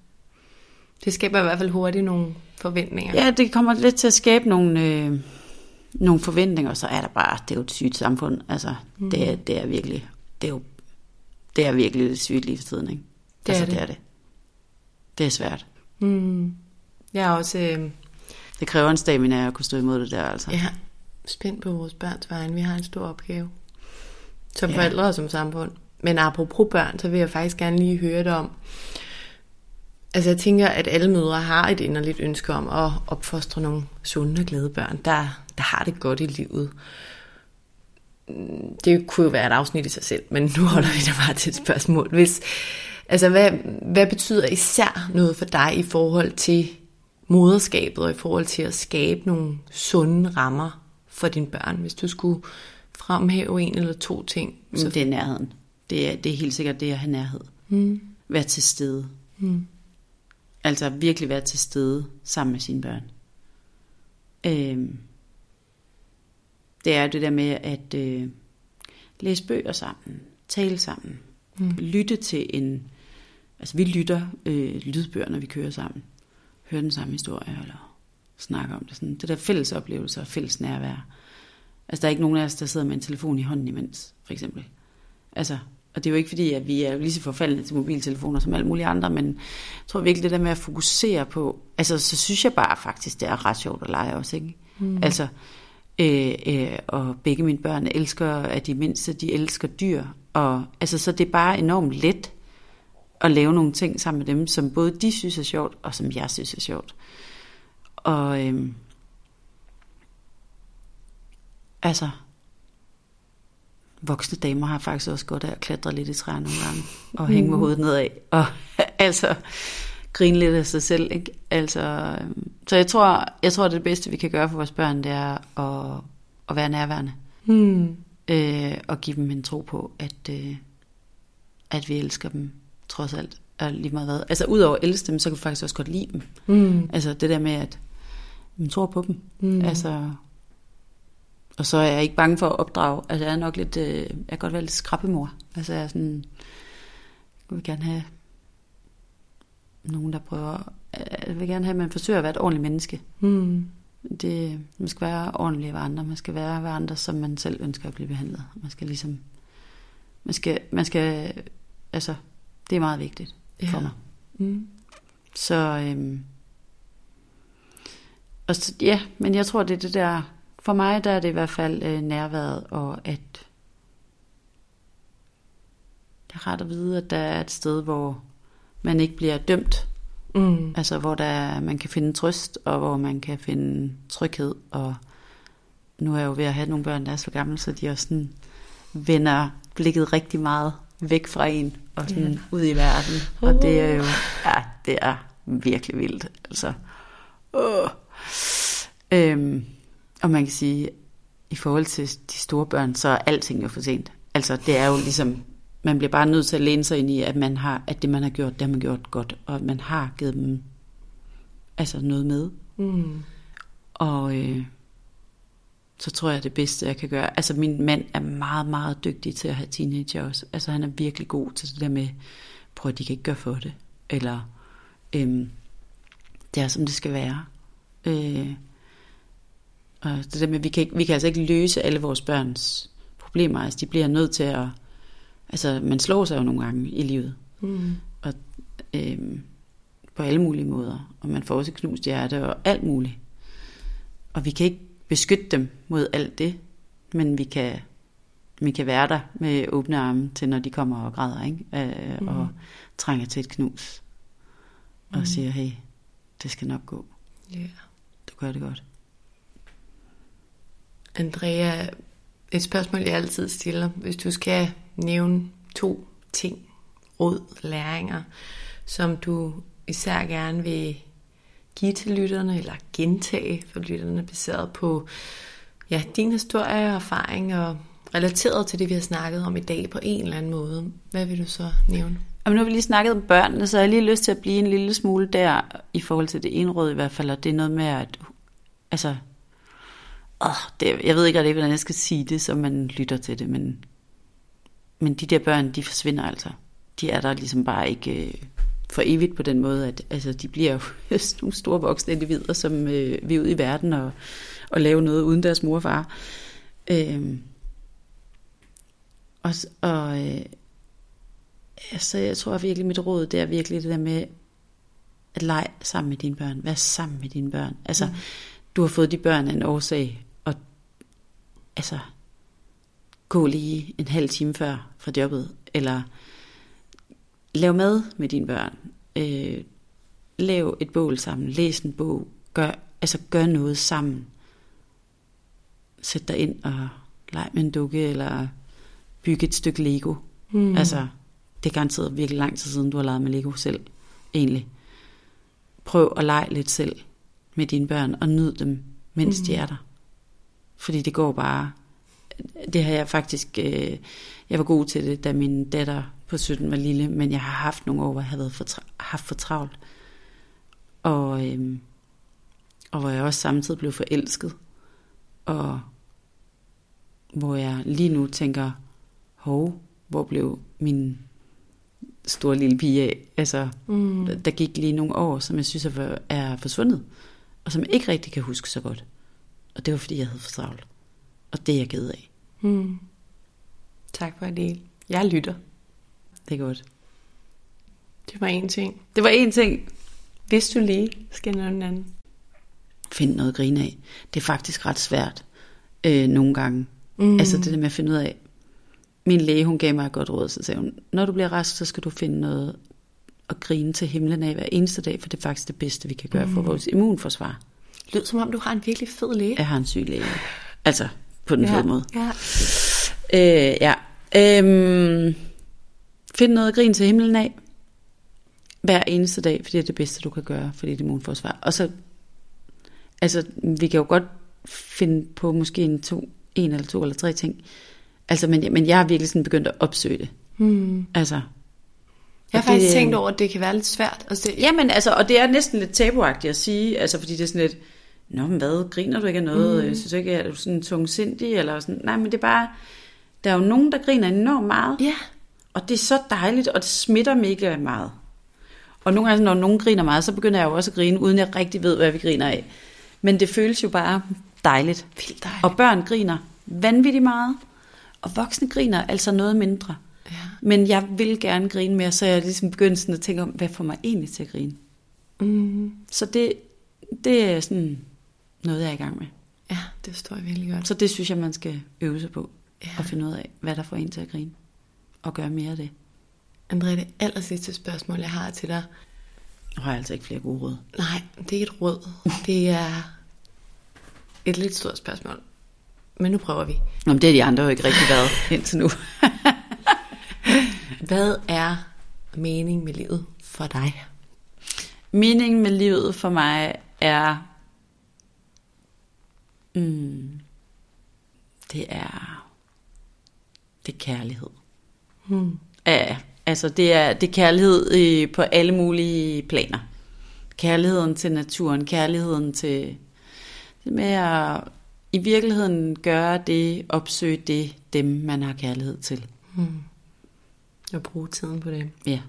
det skaber i hvert fald hurtigt nogle forventninger. Ja, det kommer lidt til at skabe nogle forventninger, og så er der bare, det er jo et sygt samfund. Altså, det er virkelig, det er virkelig lidt sygt lige for tiden, ikke? Det er det. Det er svært. Jeg er også... Det kræver en stamina at kunne stå imod det der, altså. Ja, spændt på vores børns vejen. Vi har en stor opgave. Som forældre og som samfund. Men apropos børn, så vil jeg faktisk gerne lige høre det om. Altså jeg tænker, at alle mødre har et inderligt ønske om at opfostre nogle sunde og glade børn, der har det godt i livet. Det kunne jo være et afsnit i sig selv, men nu holder vi det bare til et spørgsmål. Hvad betyder især noget for dig i forhold til moderskabet og i forhold til at skabe nogle sunde rammer for dine børn, hvis du skulle fremhæve 1 eller 2 ting? Så det er nærheden. Det er helt sikkert det at have nærhed. Være til stede. Altså virkelig være til stede sammen med sine børn. Det er det der med at læse bøger sammen, tale sammen, lytte til altså vi lytter lydbøger, når vi kører sammen. Høre den samme historie, eller snakke om det. Sådan, det der fælles oplevelser og fælles nærvær. Altså, der er ikke nogen af os, der sidder med en telefon i hånden imens, for eksempel. Altså, og det er jo ikke fordi, at vi er lige så forfaldende til mobiltelefoner som alle mulige andre, men jeg tror virkelig, det der med at fokusere på, altså, så synes jeg bare faktisk, det er ret sjovt at lege også, ikke? Altså, og begge mine børn elsker, at de mindste, de elsker dyr, og altså, så det er bare enormt let at lave nogle ting sammen med dem, som både de synes er sjovt, og som jeg synes er sjovt. Og altså, voksne damer har faktisk også godt af at klatre lidt i træer nogle gange, og hænge med hovedet nedad, og altså grine lidt af sig selv, ikke? Altså, så jeg tror, det bedste, vi kan gøre for vores børn, det er at være nærværende. Og give dem en tro på, at vi elsker dem, trods alt. er lige meget hvad. Altså udover at elske dem, så kan du faktisk også godt lide dem. Altså det der med, at man tror på dem. Altså, og så er jeg ikke bange for at opdrage. Altså jeg er nok lidt, jeg kan godt være lidt skrappemor. Altså jeg er sådan, jeg vil gerne have nogen, der prøver, jeg vil gerne have, at man forsøger at være et ordentligt menneske. Man skal være ordentlig ved andre. Man skal være ved andre, som man selv ønsker at blive behandlet. Man skal ligesom, man skal, altså, det er meget vigtigt for mig. Så, men jeg tror, det er det der, for mig, der er det i hvert fald nærværet, og at det er rart at vide, at der er et sted, hvor man ikke bliver dømt. Altså hvor man kan finde trøst, og hvor man kan finde tryghed. Og nu er jeg jo ved at have nogle børn, der er så gamle, så de også sådan vender blikket rigtig meget væk fra en og sådan ud i verden. Og det er jo, det er virkelig vildt. Altså, og man kan sige, i forhold til de store børn, så er alting jo for sent. Altså det er jo ligesom, man bliver bare nødt til at læne sig ind i, at at det man har gjort, det har man gjort godt, og at man har givet dem altså noget med. Og så tror jeg, det bedste jeg kan gøre, altså min mand er meget, meget dygtig til at have teenager også. Altså han er virkelig god til det der med, prøv at de kan ikke gøre for det, eller det er som det skal være. Og det der med, vi kan altså ikke løse alle vores børns problemer, altså de bliver nødt til at, altså man slår sig jo nogle gange i livet, og på alle mulige måder, og man får også knust hjerte og alt muligt, og vi kan ikke beskytte dem mod alt det, men vi kan være der med åbne arme til, når de kommer og græder, ikke? Og trænger til et knus, og siger, hey, det skal nok gå. Du gør det godt. Andrea, et spørgsmål, jeg altid stiller, hvis du skal nævne 2 ting, råd, læringer, som du især gerne vil give til lytterne, eller gentage for lytterne, baseret på din historie og erfaring, og relateret til det, vi har snakket om i dag på en eller anden måde. Hvad vil du så nævne? Og nu har vi lige snakket om børnene, så jeg har lige lyst til at blive en lille smule der, i forhold til det ene råd i hvert fald, og det er noget med, at altså, jeg ved ikke rigtig, hvordan jeg skal sige det, så man lytter til det, men de der børn, de forsvinder altså. De er der ligesom bare ikke for evigt på den måde, at altså, de bliver jo nogle store voksne individer, som vil ud i verden og lave noget uden deres mor og far. Så jeg tror virkelig, mit råd, det er virkelig det der med at lege sammen med dine børn. Vær sammen med dine børn. Altså, du har fået de børn af en årsag, og altså, gå lige en halv time før fra jobbet, eller lav mad med dine børn. Lav et bål sammen, læs en bog, gør noget sammen. Sæt dig ind og leg med en dukke, eller bygge et stykke Lego. Altså, det er garanteret virkelig lang tid siden, du har leget med Lego selv, egentlig. Prøv at lege lidt selv med dine børn, og nyd dem, mens de er der. Fordi det går bare. Det har jeg faktisk, jeg var god til det, da min datter på 17 var lille, men jeg har haft nogle år, hvor jeg har haft for travlt. Og hvor jeg også samtidig blev forelsket. Og hvor jeg lige nu tænker, hvor blev min store lille pige af? Altså, der gik lige nogle år, som jeg synes er forsvundet, og som jeg ikke rigtig kan huske så godt. Og det var, fordi jeg havde for travlt. Og det er jeg ked af. Tak for det. Jeg lytter. Det er godt. Det var en ting. Det var en ting. Hvis du lige skal nævne en anden. Find noget at grine af. Det er faktisk ret svært nogle gange. Altså det der med at finde ud af. Min læge, hun gav mig et godt råd, så sagde hun, når du bliver rask, så skal du finde noget at grine til himlen af hver eneste dag, for det er faktisk det bedste, vi kan gøre for vores immunforsvar. Det lyder som om, du har en virkelig fed læge. Jeg har en syg læge. Altså, på den fede måde. Ja. Find noget at grine til himlen af hver eneste dag, for det er det bedste, du kan gøre for dit immunforsvar. Og så, altså, vi kan jo godt finde på måske en eller 2 eller 3 ting. Altså, men jeg har virkelig sådan begyndt at opsøge det. Altså, Jeg har faktisk tænkt over, at det kan være lidt svært at se. Jamen, altså, og det er næsten lidt tabuagtigt at sige, altså, fordi det er sådan lidt, nå, men hvad, griner du ikke af noget? Jeg synes ikke, er du sådan tungsindig? Eller sådan. Nej, men det er bare, der er jo nogen, der griner enormt meget. Ja. Og det er så dejligt, og det smitter mega meget. Og nogle gange, når nogen griner meget, så begynder jeg jo også at grine, uden jeg rigtig ved, hvad vi griner af. Men det føles jo bare dejligt. Vildt dejligt. Og børn griner vanvittigt meget, og voksne griner altså noget mindre. Ja. Men jeg vil gerne grine mere, så jeg ligesom begynder sådan at tænke om, hvad får mig egentlig til at grine? Så det er sådan noget, jeg er i gang med. Ja, det forstår jeg virkelig godt. Så det synes jeg, man skal øve sig på, Ja. og finde ud af, hvad der får en til at grine, og gøre mere af det. André, det aller sidste spørgsmål, jeg har til dig. Nu har jeg altså ikke flere gode råd. Nej, det er ikke et råd. Det er et lidt stort spørgsmål. Men nu prøver vi. Nå, men det har de andre jo ikke rigtig været indtil nu. Hvad er meningen med livet for dig? Meningen med livet for mig er... Det er kærlighed. Ja, altså det er kærlighed på alle mulige planer. Kærligheden til naturen, kærligheden til det med at i virkeligheden gøre det, opsøge det, dem man har kærlighed til. Og bruge tiden på det. Ja.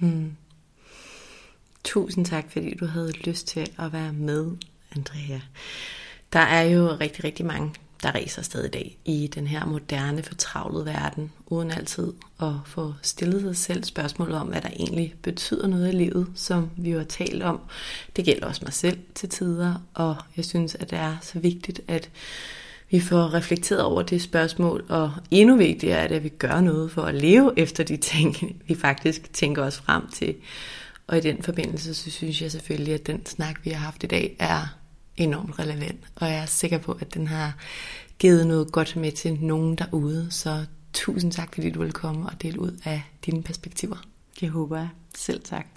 Tusind tak, fordi du havde lyst til at være med, Andrea. Der er jo rigtig, rigtig mange, der rejser afsted i dag i den her moderne, fortravlede verden, uden altid at få stillet sig selv spørgsmålet om, hvad der egentlig betyder noget i livet, som vi jo har talt om. Det gælder også mig selv til tider, og jeg synes, at det er så vigtigt, at vi får reflekteret over det spørgsmål, og endnu vigtigere er det, at vi gør noget for at leve efter de ting, vi faktisk tænker os frem til. Og i den forbindelse, så synes jeg selvfølgelig, at den snak, vi har haft i dag, er enormt relevant. Og jeg er sikker på, at den har givet noget godt med til nogen derude. Så tusind tak, fordi du ville komme og dele ud af dine perspektiver. Det håber jeg. Selv tak.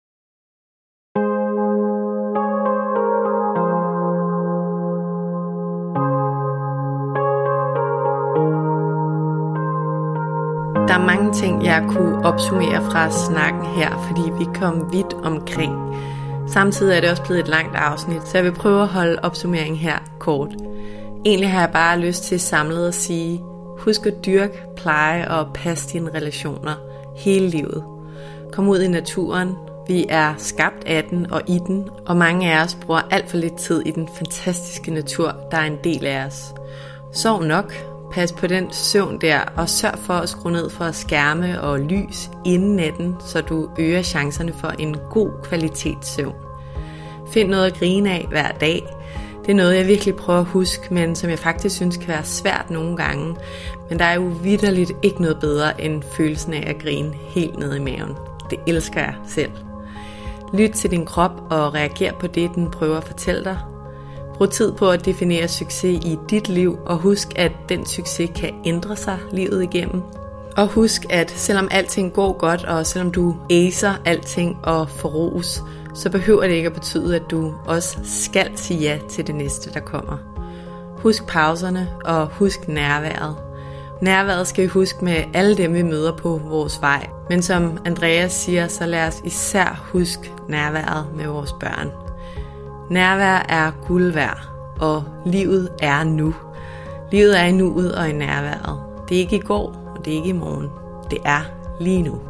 Der er mange ting, jeg kunne opsummere fra snakken her, fordi vi kom vidt omkring. Samtidig er det også blevet et langt afsnit, så jeg vil prøve at holde opsummeringen her kort. Egentlig har jeg bare lyst til samlet at sige, husk at dyrke, pleje og passe dine relationer hele livet. Kom ud i naturen. Vi er skabt af den og i den, og mange af os bruger alt for lidt tid i den fantastiske natur, der er en del af os. Sov nok. Pas på den søvn der, og sørg for at skrue ned for skærme og lys inden natten, så du øger chancerne for en god kvalitetssøvn. Find noget at grine af hver dag. Det er noget, jeg virkelig prøver at huske, men som jeg faktisk synes kan være svært nogle gange. Men der er jo vitterligt ikke noget bedre end følelsen af at grine helt ned i maven. Det elsker jeg selv. Lyt til din krop og reager på det, den prøver at fortælle dig. Brug tid på at definere succes i dit liv, og husk, at den succes kan ændre sig livet igennem. Og husk, at selvom alting går godt, og selvom du acer alting og får ros, så behøver det ikke at betyde, at du også skal sige ja til det næste, der kommer. Husk pauserne, og husk nærværet. Nærværet skal vi huske med alle dem, vi møder på vores vej. Men som Andreas siger, så lad os især huske nærværet med vores børn. Nærvær er guld værd, og livet er nu. Livet er i nuet og i nærværet. Det er ikke i går, og det er ikke i morgen. Det er lige nu.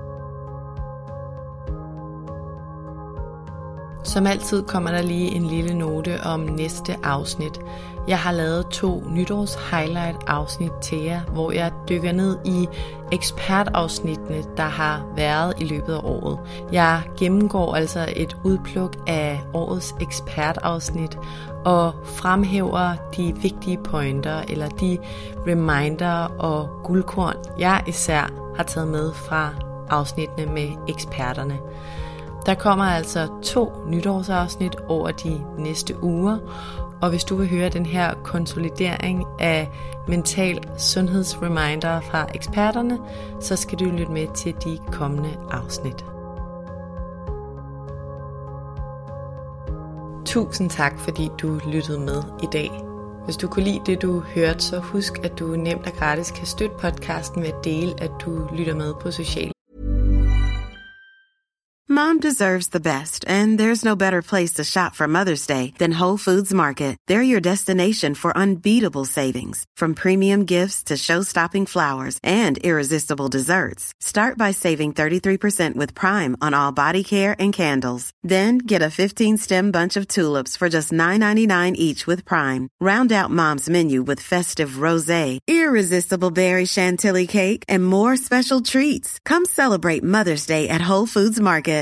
Som altid kommer der lige en lille note om næste afsnit. Jeg har lavet 2 nytårs highlight afsnit til jer, hvor jeg dykker ned i ekspertafsnittene, der har været i løbet af året. Jeg gennemgår altså et udpluk af årets ekspertafsnit og fremhæver de vigtige pointer eller de reminder og guldkorn, jeg især har taget med fra afsnittene med eksperterne. Der kommer altså 2 nytårsafsnit over de næste uger, og hvis du vil høre den her konsolidering af mental sundhedsreminder fra eksperterne, så skal du lytte med til de kommende afsnit. Tusind tak, fordi du lyttede med i dag. Hvis du kunne lide det, du hørte, så husk, at du nemt og gratis kan støtte podcasten ved at dele, at du lytter med på sociale. Mom deserves the best, and there's no better place to shop for Mother's Day than Whole Foods Market. They're your destination for unbeatable savings, from premium gifts to show-stopping flowers and irresistible desserts. Start by saving 33% with Prime on all body care and candles. Then get a 15-stem bunch of tulips for just $9.99 each with Prime. Round out Mom's menu with festive rosé, irresistible berry chantilly cake, and more special treats. Come celebrate Mother's Day at Whole Foods Market.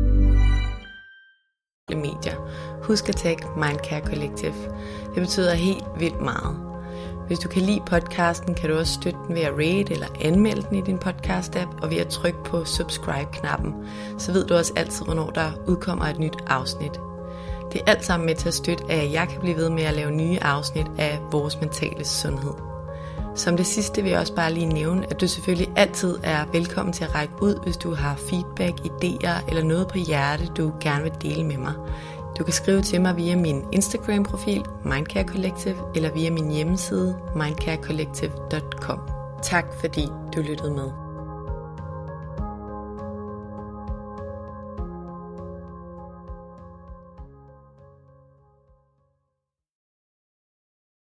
Medier. Husk at tagge Mindcare Collective. Det betyder helt vildt meget. Hvis du kan lide podcasten, kan du også støtte den ved at rate eller anmelde den i din podcast-app, og ved at trykke på subscribe-knappen, så ved du også altid, hvornår der udkommer et nyt afsnit. Det er alt sammen med til at støtte, at jeg kan blive ved med at lave nye afsnit af vores mentale sundhed. Som det sidste vil jeg også bare lige nævne, at du selvfølgelig altid er velkommen til at række ud, hvis du har feedback, idéer eller noget på hjerte, du gerne vil dele med mig. Du kan skrive til mig via min Instagram-profil, Mindcare Collective, eller via min hjemmeside, mindcarecollective.com. Tak fordi du lyttede med.